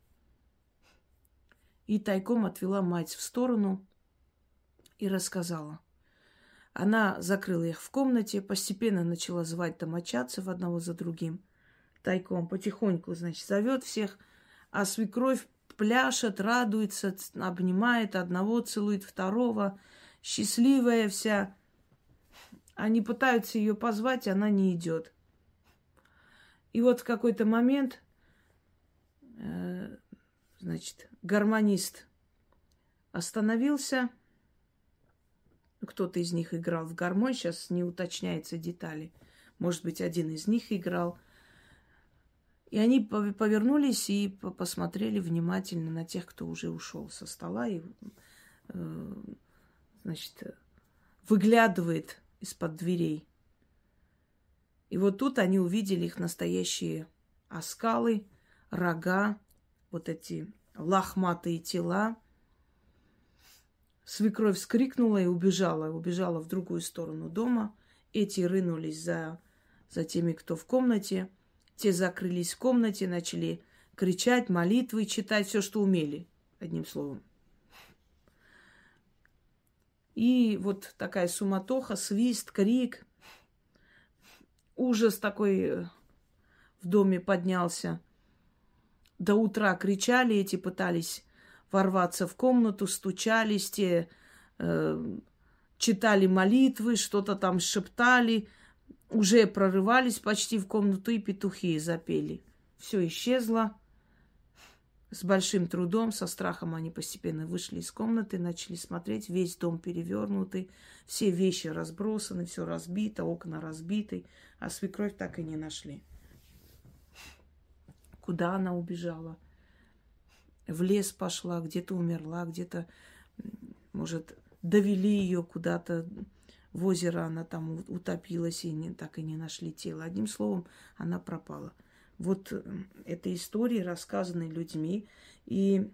И тайком отвела мать в сторону и рассказала. Она закрыла их в комнате, постепенно начала звать домочадцев одного за другим. Тайком, потихоньку, значит, зовет всех, а свекровь пляшет, радуется, обнимает одного, целует второго, счастливая вся. Они пытаются ее позвать, она не идет. И вот в какой-то момент, значит, гармонист остановился. Кто-то из них играл в гармонь, сейчас не уточняются детали. Может быть, один из них играл. И они повернулись и посмотрели внимательно на тех, кто уже ушел со стола и, значит, выглядывает из-под дверей. И вот тут они увидели их настоящие оскалы, рога, вот эти лохматые тела. Свекровь вскрикнула и убежала в другую сторону дома. Эти рынулись за теми, кто в комнате. Те закрылись в комнате, начали кричать, молитвы читать, все, что умели, одним словом. И вот такая суматоха, свист, крик, ужас такой в доме поднялся. До утра кричали, эти пытались ворваться в комнату, стучались, те читали молитвы, что-то там шептали, уже прорывались почти в комнату, и петухи запели. Все исчезло. С большим трудом, со страхом они постепенно вышли из комнаты, начали смотреть. Весь дом перевернутый, все вещи разбросаны, все разбито, окна разбиты, а свекровь так и не нашли. Куда она убежала? В лес пошла, где-то умерла, где-то, может, довели ее куда-то в озеро, она там утопилась, и так и не нашли тело. Одним словом, она пропала. Вот эта история, рассказанная людьми. И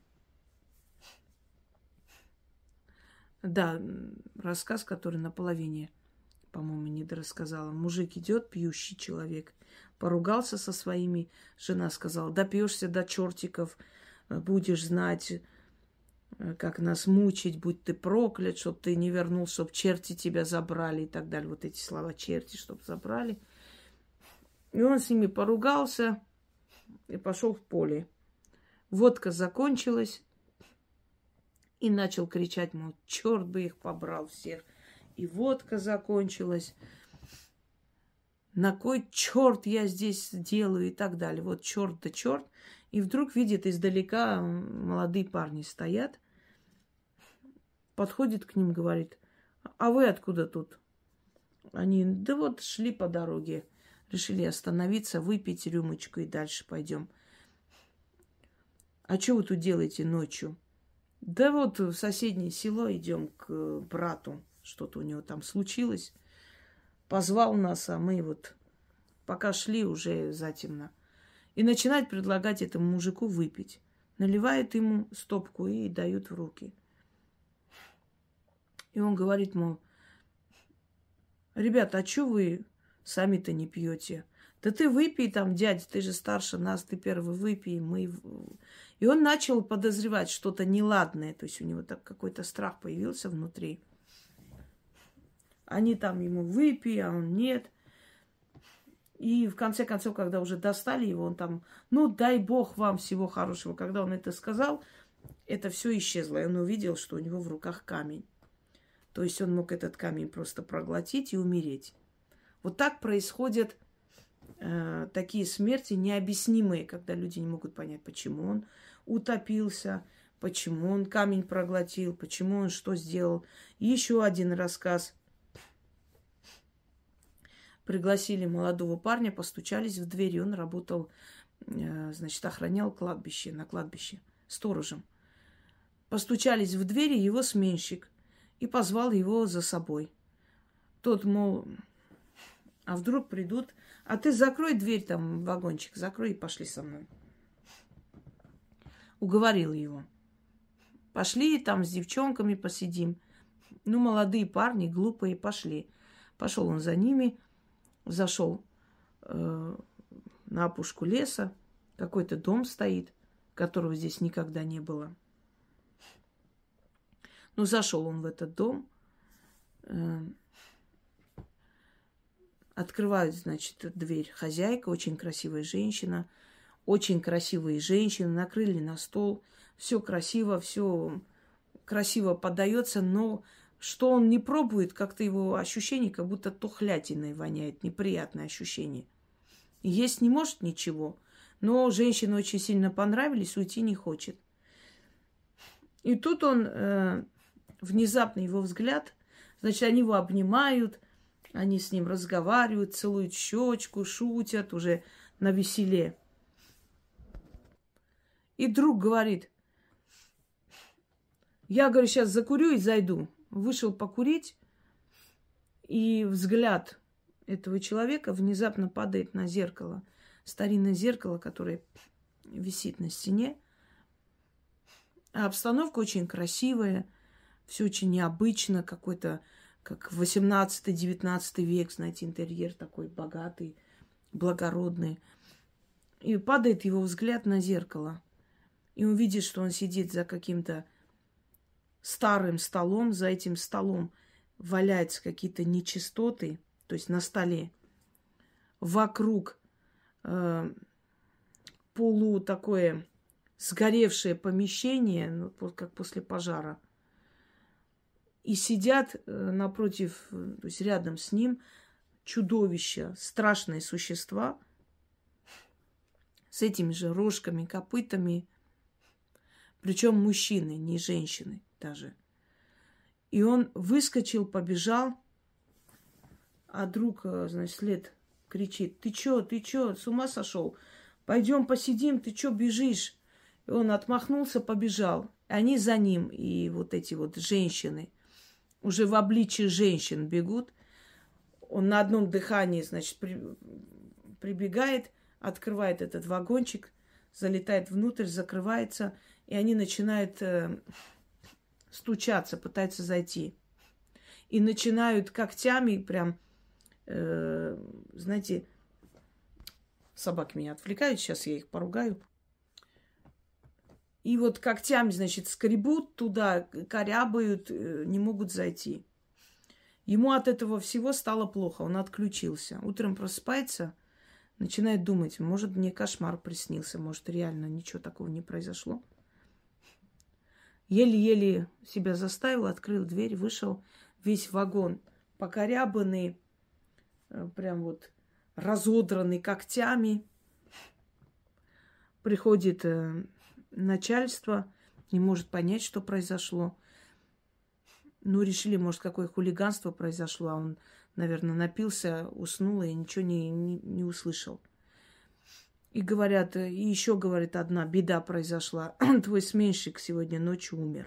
да, рассказ, который наполовине, по-моему, не дорассказала. Мужик идет, пьющий человек, поругался со своими. Жена сказала, допьешься до чертиков, будешь знать, как нас мучить, будь ты проклят, чтоб ты не вернул, чтоб черти тебя забрали и так далее. Вот эти слова черти, чтоб забрали. И он с ними поругался и пошел в поле. Водка закончилась, и начал кричать, мол, черт бы их побрал всех. И водка закончилась. На кой черт я здесь делаю и так далее. Вот черт да черт. И вдруг видит издалека молодые парни стоят. Подходит к ним, говорит, а вы откуда тут? Они, да вот шли по дороге. Решили остановиться, выпить рюмочку и дальше пойдем. А что вы тут делаете ночью? Да вот в соседнее село идем к брату. Что-то у него там случилось. Позвал нас, а мы вот пока шли уже затемно. И начинает предлагать этому мужику выпить. Наливает ему стопку и дают в руки. И он говорит, мол, ребята, а что вы сами-то не пьете? Да ты выпей там, дядя, ты же старше нас, ты первый выпей, мы... И он начал подозревать что-то неладное, то есть у него так какой-то страх появился внутри. Они там ему выпей, а он нет. И в конце концов, когда уже достали его, он там, ну дай бог вам всего хорошего. Когда он это сказал, это все исчезло. И он увидел, что у него в руках камень. То есть он мог этот камень просто проглотить и умереть. Вот так происходят такие смерти необъяснимые, когда люди не могут понять, почему он утопился, почему он камень проглотил, почему он что сделал. И еще один рассказ. Пригласили молодого парня, постучались в дверь, и он работал, значит, охранял кладбище, на кладбище, сторожем. Постучались в дверь, его сменщик, и позвал его за собой. Тот, мол, а вдруг придут, а ты закрой дверь, там, вагончик, закрой и пошли со мной. Уговорил его. Пошли там с девчонками посидим. Ну, молодые парни, глупые, пошли. Пошел он за ними, зашел на опушку леса. Какой-то дом стоит, которого здесь никогда не было. Ну, зашел он в этот дом. Открывает, значит, дверь хозяйка, очень красивая женщина. Очень красивые женщины накрыли на стол. Все красиво подается, но что он не пробует, как-то его ощущение, как будто тухлятиной воняет, неприятное ощущение. Есть не может ничего, но женщины очень сильно понравились, уйти не хочет. И тут он, внезапно его взгляд, значит, они его обнимают, они с ним разговаривают, целуют в щечку, шутят уже на веселе. И друг говорит: я, говорю, сейчас закурю и зайду. Вышел покурить, и взгляд этого человека внезапно падает на зеркало. Старинное зеркало, которое висит на стене. А обстановка очень красивая, все очень необычно, какой-то, как 18-19 век, знаете, интерьер такой богатый, благородный. И падает его взгляд на зеркало. И он видит, что он сидит за каким-то старым столом. За этим столом валяются какие-то нечистоты, то есть на столе. Вокруг полу такое сгоревшее помещение, ну, как после пожара. И сидят напротив, то есть рядом с ним чудовища, страшные существа с этими же рожками, копытами. Причем мужчины, не женщины даже. И он выскочил, побежал, а друг, значит, след кричит: ты чё, с ума сошел? Пойдем посидим, ты чё бежишь? И он отмахнулся, побежал. Они за ним, и вот эти вот женщины, уже в обличии женщин бегут. Он на одном дыхании, значит, прибегает, открывает этот вагончик, залетает внутрь, закрывается, и они начинают стучаться, пытаются зайти. И начинают когтями прям, знаете, собаки меня отвлекают, сейчас я их поругаю. И вот когтями, значит, скребут туда, корябают, не могут зайти. Ему от этого всего стало плохо, он отключился. Утром просыпается, начинает думать: может, мне кошмар приснился, может, реально ничего такого не произошло. Еле-еле себя заставил, открыл дверь, вышел, весь вагон покорябанный, прям вот разодранный когтями. Приходит начальство, не может понять, что произошло. Ну, решили, может, какое хулиганство произошло, а он, наверное, напился, уснул и ничего не услышал. И говорят, и еще, говорит, одна беда произошла. Твой сменщик сегодня ночью умер.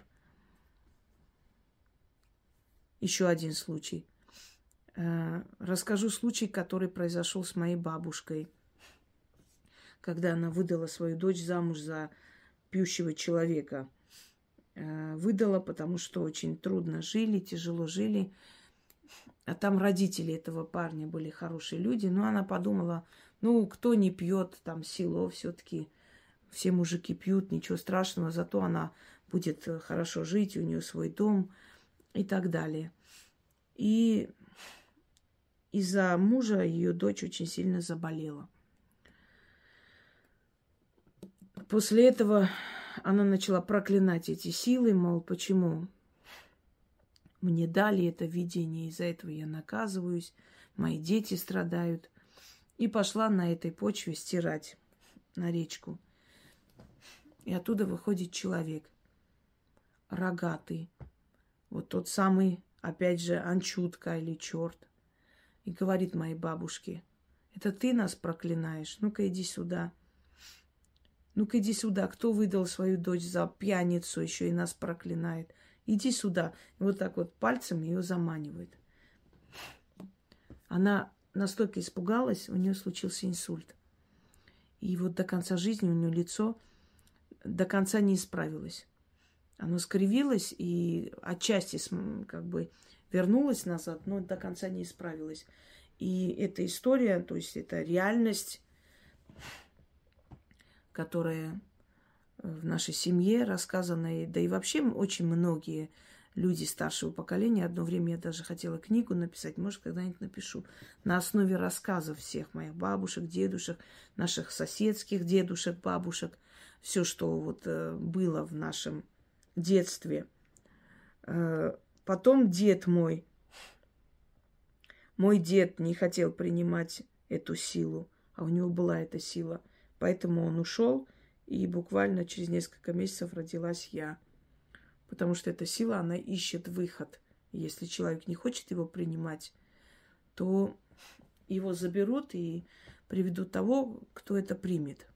Еще один случай. Расскажу случай, который произошел с моей бабушкой, когда она выдала свою дочь замуж за пьющего человека. Выдала, потому что очень трудно жили, тяжело жили. А там родители этого парня были хорошие люди. Но она подумала: ну, кто не пьет, там село все-таки, все мужики пьют, ничего страшного, зато она будет хорошо жить, у нее свой дом и так далее. И из-за мужа ее дочь очень сильно заболела. После этого она начала проклинать эти силы, мол, почему мне дали это видение, из-за этого я наказываюсь, мои дети страдают. И пошла на этой почве стирать на речку. И оттуда выходит человек. рогатый. Вот тот самый, опять же, Анчутка или черт. И говорит моей бабушке: это ты нас проклинаешь? Ну-ка иди сюда. Ну-ка иди сюда. Кто выдал свою дочь за пьяницу, еще и нас проклинает? Иди сюда. И вот так вот пальцем ее заманивает. Она настолько испугалась, у нее случился инсульт. И вот до конца жизни у нее лицо до конца не исправилось. Оно скривилось и отчасти как бы вернулось назад, но до конца не исправилось. И эта история, то есть это реальность, которая в нашей семье рассказана, да и вообще очень многие люди старшего поколения. Одно время я даже хотела книгу написать, может, когда-нибудь напишу, на основе рассказов всех моих бабушек, дедушек, наших соседских дедушек, бабушек, все, что вот было в нашем детстве. Потом мой дед не хотел принимать эту силу, а у него была эта сила. Поэтому он ушел, и буквально через несколько месяцев родилась я. Потому что эта сила, она ищет выход. И если человек не хочет его принимать, то его заберут и приведут того, кто это примет.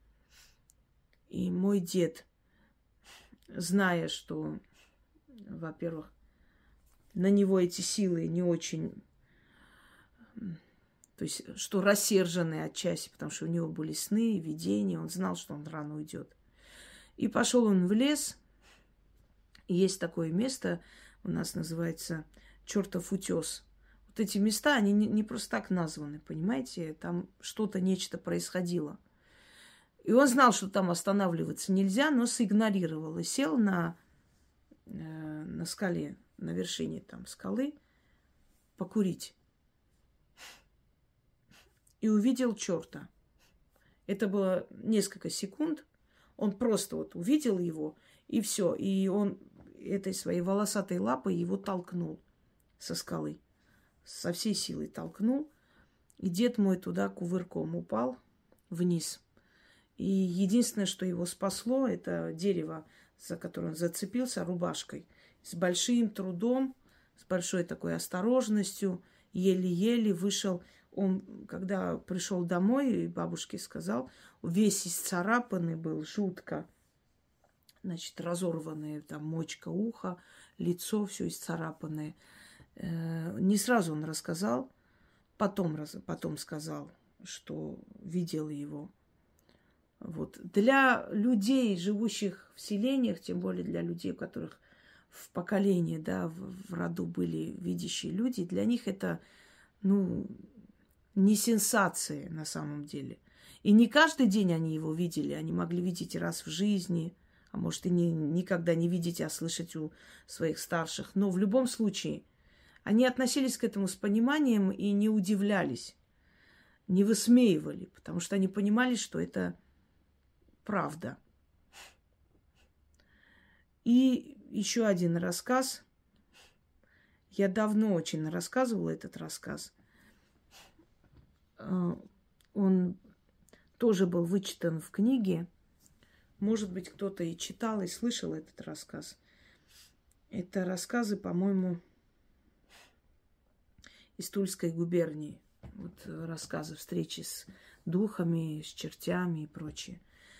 И мой дед, зная, что, во-первых, на него эти силы не очень... То есть, что рассерженные отчасти, потому что у него были сны, видения, он знал, что он рано уйдет. И пошел он в лес. И есть такое место, у нас называется Чертов утес. Вот эти места, они не просто так названы, понимаете? Там что-то, нечто происходило. И он знал, что там останавливаться нельзя, но сигнорировал и сел на скале, на вершине там скалы покурить. И увидел черта. Это было несколько секунд. Он просто вот увидел его, и все. И он этой своей волосатой лапой его толкнул со скалы. Со всей силой толкнул. И дед мой туда кувырком упал вниз. И единственное, что его спасло, это дерево, за которое он зацепился рубашкой. С большим трудом, с большой такой осторожностью, еле-еле вышел. Он, когда пришел домой, бабушке сказал, весь исцарапанный был, жутко. Значит, разорванное, там, мочка уха, лицо все исцарапанное. Не сразу он рассказал, потом сказал, что видел его. Вот. Для людей, живущих в селениях, тем более для людей, у которых в поколении, да, в роду были видящие люди, для них это, не сенсация на самом деле. И не каждый день они его видели, они могли видеть раз в жизни, а может и никогда не видеть, а слышать у своих старших. Но в любом случае они относились к этому с пониманием и не удивлялись, не высмеивали, потому что они понимали, что это правда. И еще один рассказ. Я давно очень рассказывала этот рассказ. Он тоже был вычитан в книге. Может быть, кто-то и читал, и слышал этот рассказ. Это рассказы, по-моему, из Тульской губернии. Вот рассказы встречи с духами, с чертями и прочее.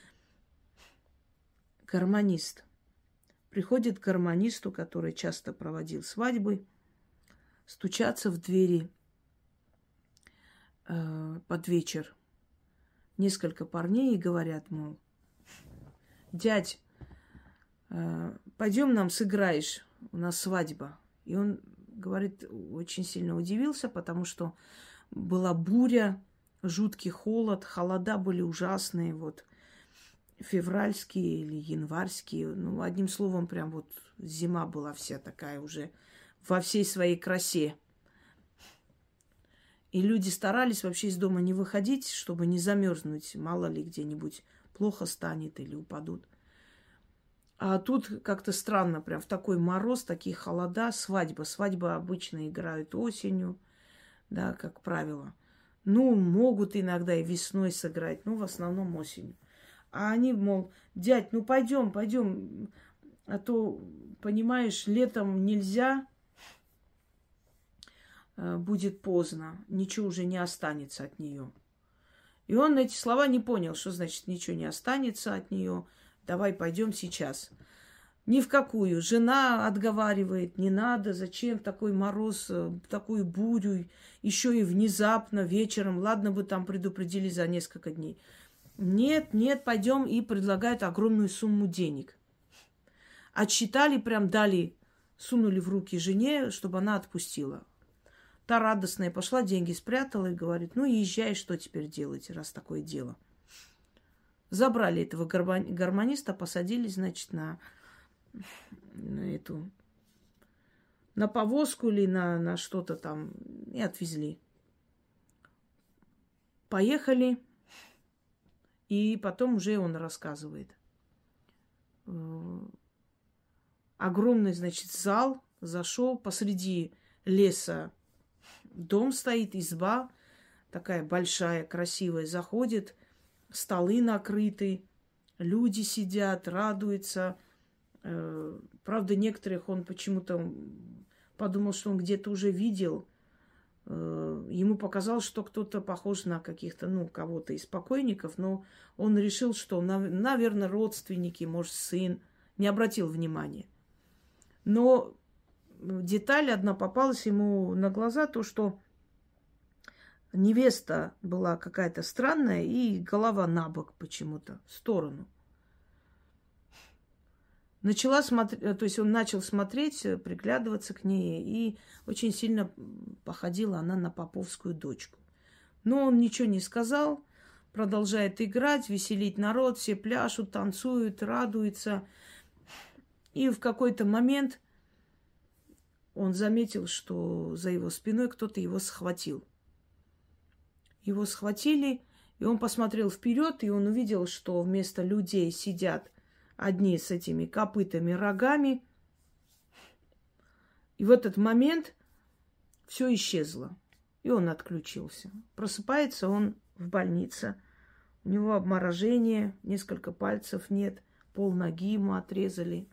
Гармонист. Приходит к гармонисту, который часто проводил свадьбы, стучаться в двери под вечер. Несколько парней и говорят, мол, дядь, пойдем нам сыграешь, у нас свадьба. И он, говорит, очень сильно удивился, потому что была буря, жуткий холод, холода были ужасные, вот, февральские или январские. Одним словом, прям вот зима была вся такая уже во всей своей красе. И люди старались вообще из дома не выходить, чтобы не замерзнуть. Мало ли где-нибудь плохо станет или упадут. А тут как-то странно, прям в такой мороз, такие холода, свадьба. Свадьба обычно играют осенью, да, как правило. Могут иногда и весной сыграть, в основном осенью. А они, мол, дядь, пойдем, А то, понимаешь, летом нельзя, будет поздно, ничего уже не останется от нее. И он эти слова не понял, что значит ничего не останется от нее. Давай пойдем сейчас. Ни в какую. Жена отговаривает, не надо, зачем такой мороз, такую бурю, еще и внезапно, вечером. Ладно бы там предупредили за несколько дней. Нет, нет, пойдем, и предлагают огромную сумму денег. Отсчитали, прям дали, сунули в руки жене, чтобы она отпустила. Та радостная пошла, деньги спрятала и говорит, ну езжай, что теперь делать, раз такое дело. Забрали этого гармониста, посадили, значит, на повозку или на что-то там и отвезли. Поехали, и потом уже он рассказывает. Огромный, значит, зал, зашел посреди леса, дом стоит, изба такая большая, красивая, заходит, столы накрыты, люди сидят, радуются. Правда, некоторых он почему-то подумал, что он где-то уже видел. Ему показалось, что кто-то похож на каких-то, кого-то из покойников, но он решил, что, наверное, родственники, может, сын, не обратил внимания. Но деталь одна попалась ему на глаза, то, что невеста была какая-то странная, и голова на бок почему-то, в сторону. Начала смотреть, то есть он начал смотреть, приглядываться к ней, и очень сильно походила она на поповскую дочку. Но он ничего не сказал, продолжает играть, веселить народ, все пляшут, танцуют, радуются. И в какой-то момент он заметил, что за его спиной кто-то его схватил. Его схватили, и он посмотрел вперед, и он увидел, что вместо людей сидят одни с этими копытами, рогами. И в этот момент все исчезло. И он отключился. Просыпается он в больнице. У него обморожение, несколько пальцев нет, полноги ему отрезали.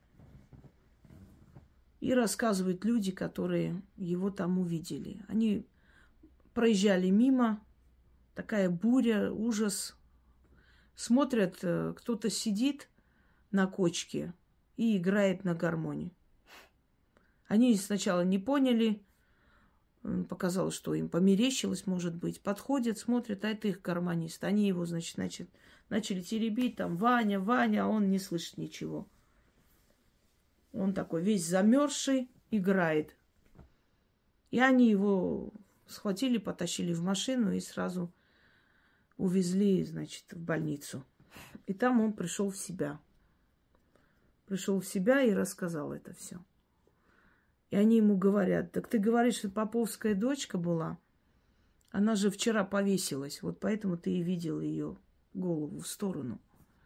И рассказывают люди, которые его там увидели. Они проезжали мимо, такая буря, ужас. Смотрят, кто-то сидит на кочке и играет на гармонии. Они сначала не поняли, показалось, что им померещилось, может быть. Подходят, смотрят, а это их гармонист. Они его, значит, начали теребить, там, Ваня, Ваня, а он не слышит ничего. Он такой весь замерзший, играет. И они его схватили, потащили в машину и сразу увезли, значит, в больницу. И там он пришел в себя. Пришел в себя и рассказал это все. И они ему говорят, так ты говоришь, что поповская дочка была? Она же вчера повесилась, вот поэтому ты и видел ее голову в сторону.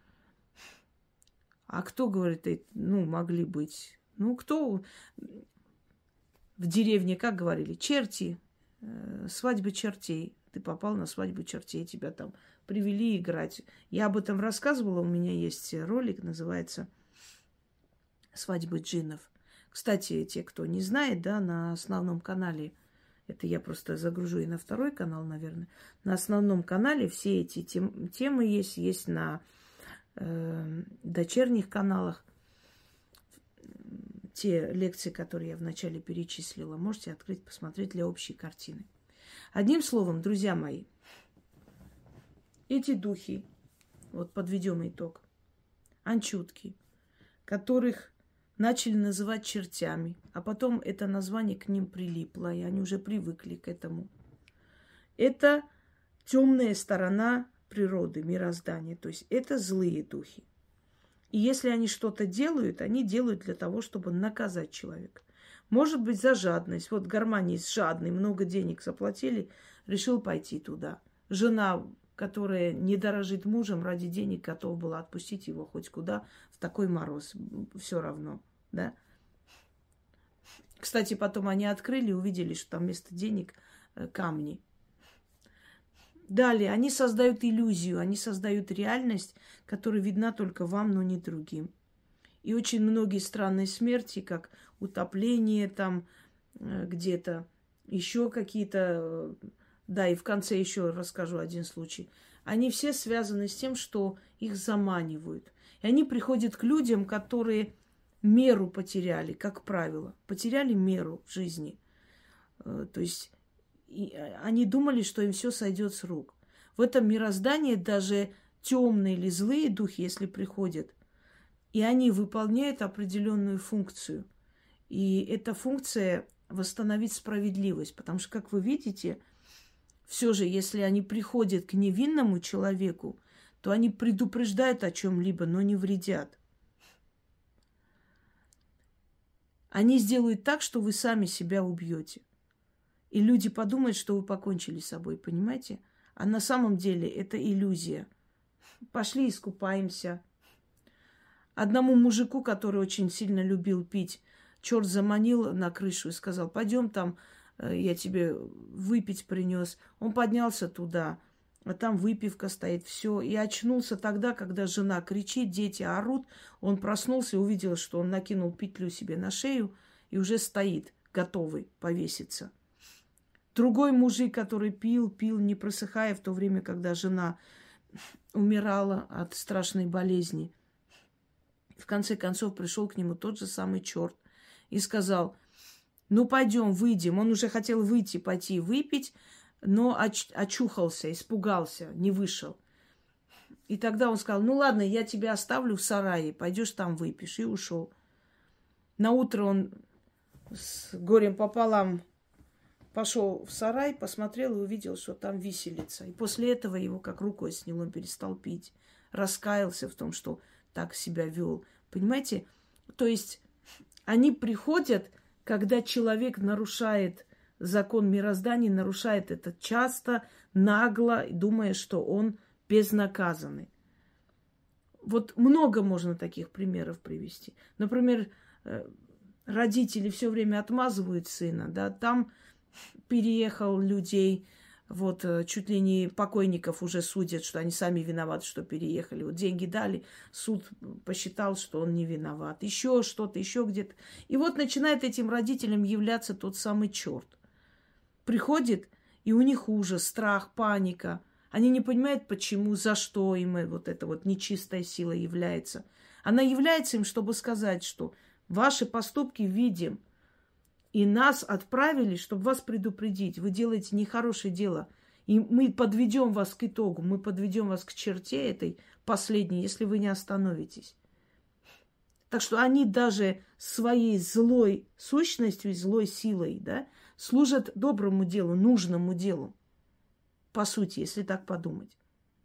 А кто, говорит, могли быть? Кто в деревне, как говорили, черти, свадьба чертей. Ты попал на свадьбу чертей, тебя там привели играть. Я об этом рассказывала, у меня есть ролик, называется «Свадьбы джиннов». Кстати, те, кто не знает, да, на основном канале, это я просто загружу и на второй канал, наверное, на основном канале все эти темы есть на дочерних каналах. Те лекции, которые я вначале перечислила, можете открыть, посмотреть для общей картины. Одним словом, друзья мои, эти духи, вот подведем итог, анчутки, которых начали называть чертями, а потом это название к ним прилипло, и они уже привыкли к этому. Это темная сторона природы, мироздания, то есть это злые духи. И если они что-то делают, они делают для того, чтобы наказать человека. Может быть, за жадность. Вот гармонист жадный, много денег заплатили, решил пойти туда. Жена, которая не дорожит мужем, ради денег готова была отпустить его хоть куда, в такой мороз. Все равно, да. Кстати, потом они открыли, увидели, что там вместо денег камни. Далее, они создают иллюзию, они создают реальность, которая видна только вам, но не другим. И очень многие странные смерти, как утопление там где-то, еще какие-то, да, и в конце еще расскажу один случай. Они все связаны с тем, что их заманивают. И они приходят к людям, которые меру потеряли, как правило. Потеряли меру в жизни. То есть они думали, что им все сойдет с рук. В этом мироздании даже темные или злые духи, если приходят, и они выполняют определенную функцию. И эта функция восстановить справедливость. Потому что, как вы видите, все же, если они приходят к невинному человеку, то они предупреждают о чем-либо, но не вредят. Они сделают так, что вы сами себя убьете. И люди подумают, что вы покончили с собой, понимаете? А на самом деле это иллюзия. Пошли искупаемся. Одному мужику, который очень сильно любил пить, черт заманил на крышу и сказал: пойдем там, я тебе выпить принес. Он поднялся туда, а там выпивка стоит, все. И очнулся тогда, когда жена кричит, дети орут. Он проснулся и увидел, что он накинул петлю себе на шею и уже стоит, готовый повеситься. Другой мужик, который пил, не просыхая, в то время, когда жена умирала от страшной болезни. В конце концов пришел к нему тот же самый черт и сказал: ну, пойдем, выйдем. Он уже хотел выйти, пойти выпить, но очухался, испугался, не вышел. И тогда он сказал: ну, ладно, я тебя оставлю в сарае, пойдешь там выпьешь. И ушел. Наутро он с горем пополам пошел в сарай, посмотрел и увидел, что там виселица. И после этого его как рукой сняло, он перестал пить. Раскаялся в том, что так себя вел. Понимаете? То есть они приходят, когда человек нарушает закон мироздания, нарушает это часто, нагло, думая, что он безнаказанный. Вот много можно таких примеров привести. Например, родители все время отмазывают сына, да, там переехал людей, вот чуть ли не покойников уже судят, что они сами виноваты, что переехали. Вот деньги дали, суд посчитал, что он не виноват. Еще что-то, еще где-то. И вот начинает этим родителям являться тот самый черт. Приходит, и у них ужас, страх, паника. Они не понимают, почему, за что им вот эта вот нечистая сила является. Она является им, чтобы сказать, что ваши поступки видим, и нас отправили, чтобы вас предупредить. Вы делаете нехорошее дело. И мы подведем вас к итогу, мы подведем вас к черте этой последней, если вы не остановитесь. Так что они даже своей злой сущностью, злой силой, да, служат доброму делу, нужному делу. По сути, если так подумать.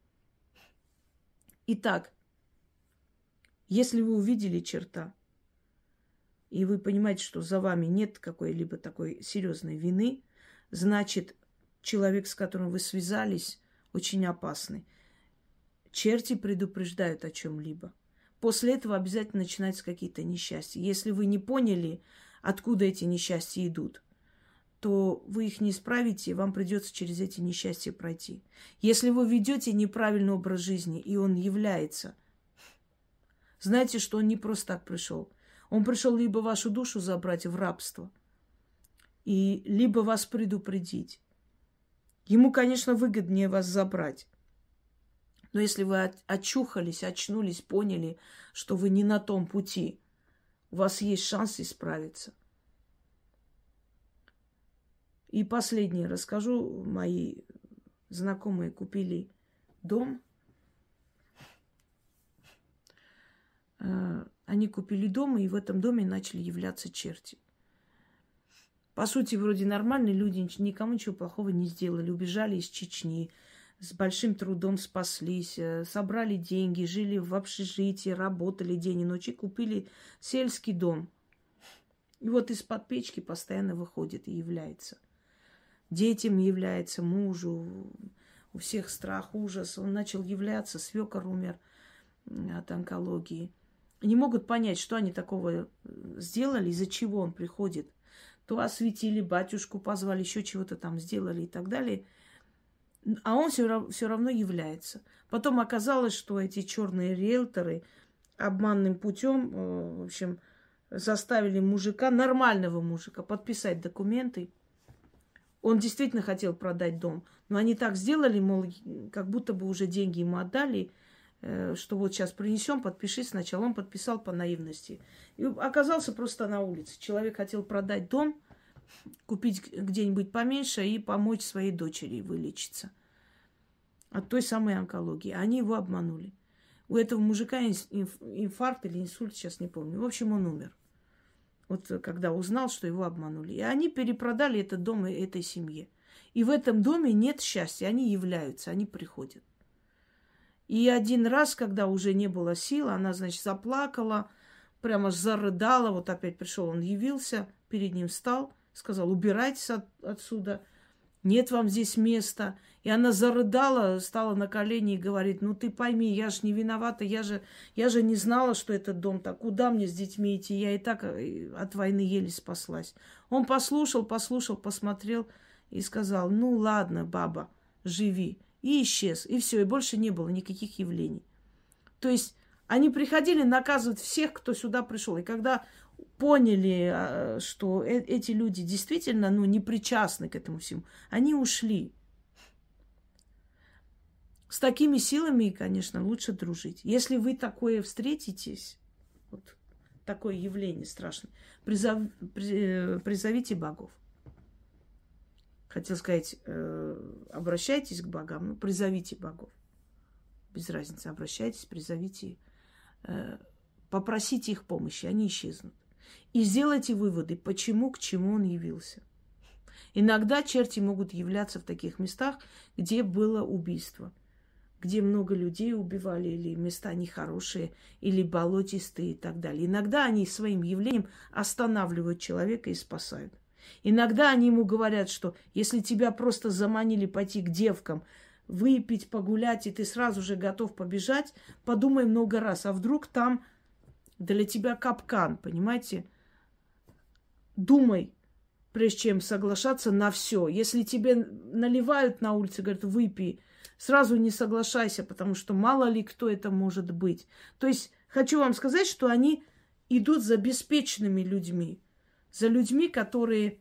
Итак, если вы увидели черта, и вы понимаете, что за вами нет какой-либо такой серьезной вины, значит, человек, с которым вы связались, очень опасный. Черти предупреждают о чем-либо. После этого обязательно начинаются какие-то несчастья. Если вы не поняли, откуда эти несчастья идут, то вы их не исправите, и вам придется через эти несчастья пройти. Если вы ведете неправильный образ жизни, и он является, знайте, что он не просто так пришел. Он пришел либо вашу душу забрать в рабство, и либо вас предупредить. Ему, конечно, выгоднее вас забрать. Но если вы очухались, очнулись, поняли, что вы не на том пути, у вас есть шанс исправиться. И последнее расскажу. Мои знакомые купили дом. Они купили дом, и в этом доме начали являться черти. По сути, вроде нормальные люди, никому ничего плохого не сделали. Убежали из Чечни, с большим трудом спаслись, собрали деньги, жили в общежитии, работали день и ночь и купили сельский дом. И вот из-под печки постоянно выходит и является. Детям является, мужу, у всех страх, ужас. Он начал являться, свекор умер от онкологии. Не могут понять, что они такого сделали, из-за чего он приходит. То осветили, батюшку позвали, еще чего-то там сделали и так далее. А он все равно является. Потом оказалось, что эти черные риэлторы, обманным путем, в общем, заставили мужика, нормального мужика, подписать документы. Он действительно хотел продать дом, но они так сделали, мол, как будто бы уже деньги ему отдали, что вот сейчас принесем, подпиши сначала. Он подписал по наивности. И оказался просто на улице. Человек хотел продать дом, купить где-нибудь поменьше и помочь своей дочери вылечиться от той самой онкологии. Они его обманули. У этого мужика инфаркт или инсульт, сейчас не помню. В общем, он умер. Вот когда узнал, что его обманули. И они перепродали этот дом этой семье. И в этом доме нет счастья. Они являются, они приходят. И один раз, когда уже не было сил, она, значит, заплакала, прямо зарыдала. Вот опять пришел, он явился, перед ним встал, сказал: убирайтесь отсюда, нет вам здесь места. И она зарыдала, стала на колени и говорит: ну ты пойми, я же не виновата, я же не знала, что этот дом так. Куда мне с детьми идти? Я и так от войны еле спаслась. Он послушал, посмотрел и сказал: ну ладно, баба, живи. И исчез. И все, и больше не было никаких явлений. То есть они приходили наказывать всех, кто сюда пришел. И когда поняли, что эти люди действительно не причастны к этому всему, они ушли. С такими силами, конечно, лучше дружить. Если вы такое встретитесь, вот такое явление страшное, призовите богов. Хотел сказать, обращайтесь к богам, но призовите богов. Без разницы, обращайтесь, призовите, попросите их помощи, они исчезнут. И сделайте выводы, почему, к чему он явился. Иногда черти могут являться в таких местах, где было убийство, где много людей убивали, или места нехорошие, или болотистые и так далее. Иногда они своим явлением останавливают человека и спасают. Иногда они ему говорят, что если тебя просто заманили пойти к девкам, выпить, погулять, и ты сразу же готов побежать, подумай много раз, а вдруг там для тебя капкан, понимаете? Думай, прежде чем соглашаться на все. Если тебе наливают на улице, говорят: выпей, сразу не соглашайся, потому что мало ли кто это может быть. То есть хочу вам сказать, что они идут за беспечными людьми. За людьми, которые,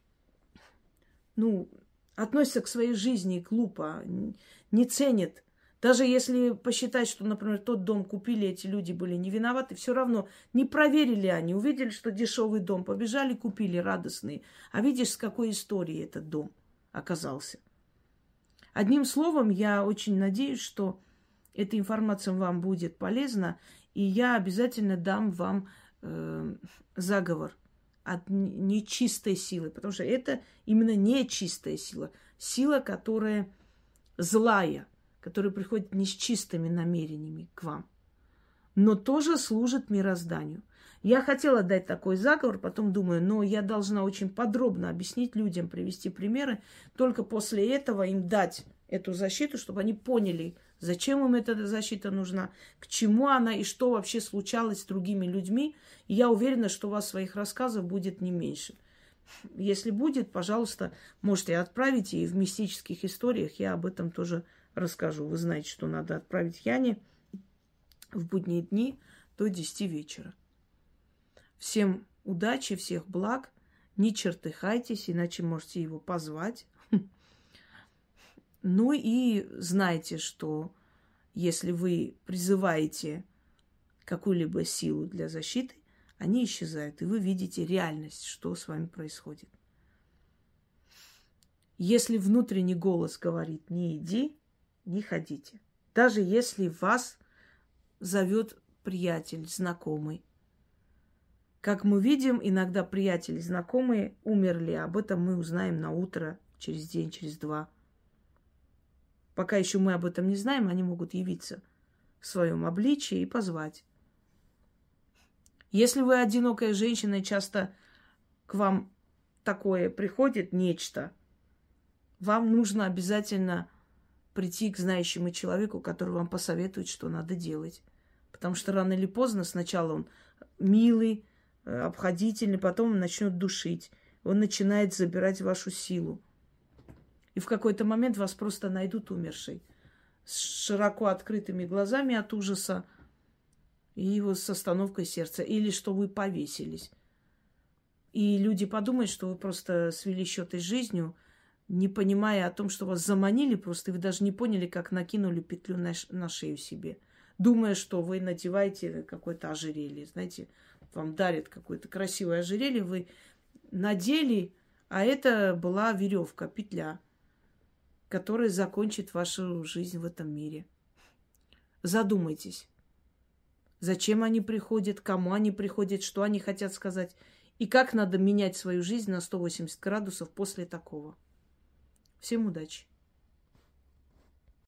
относятся к своей жизни глупо, не ценят. Даже если посчитать, что, например, тот дом купили, эти люди были не виноваты, все равно не проверили они, увидели, что дешевый дом, побежали, купили, радостные. А видишь, с какой историей этот дом оказался. Одним словом, я очень надеюсь, что эта информация вам будет полезна, и я обязательно дам вам заговор от нечистой силы, потому что это именно нечистая сила. Сила, которая злая, которая приходит не с чистыми намерениями к вам, но тоже служит мирозданию. Я хотела дать такой заговор, потом думаю, но я должна очень подробно объяснить людям, привести примеры, только после этого им дать эту защиту, чтобы они поняли, зачем им эта защита нужна, к чему она и что вообще случалось с другими людьми. И я уверена, что у вас своих рассказов будет не меньше. Если будет, пожалуйста, можете отправить, и в мистических историях я об этом тоже расскажу. Вы знаете, что надо отправить Яне в будние дни до 10 вечера. Всем удачи, всех благ. Не чертыхайтесь, иначе можете его позвать. Ну и знайте, что если вы призываете какую-либо силу для защиты, они исчезают, и вы видите реальность, что с вами происходит. Если внутренний голос говорит: не иди, не ходите. Даже если вас зовет приятель, знакомый. Как мы видим, иногда приятели, знакомые умерли. Об этом мы узнаем на утро, через день, через два. Пока еще мы об этом не знаем, они могут явиться в своем обличии и позвать. Если вы одинокая женщина, и часто к вам такое приходит нечто, вам нужно обязательно прийти к знающему человеку, который вам посоветует, что надо делать. Потому что рано или поздно сначала он милый, обходительный, потом он начнет душить. Он начинает забирать вашу силу. И в какой-то момент вас просто найдут умершей, с широко открытыми глазами от ужаса, И вот с остановкой сердца. Или что вы повесились. И люди подумают, что вы просто свели счеты с жизнью, не понимая о том, что вас заманили, просто вы даже не поняли, как накинули петлю на шею себе. Думая, что вы надеваете какое-то ожерелье. Знаете, вам дарят какое-то красивое ожерелье, вы надели, а это была веревка, петля, которая закончит вашу жизнь в этом мире. Задумайтесь, зачем они приходят, кому они приходят, что они хотят сказать, и как надо менять свою жизнь на 180 градусов после такого. Всем удачи!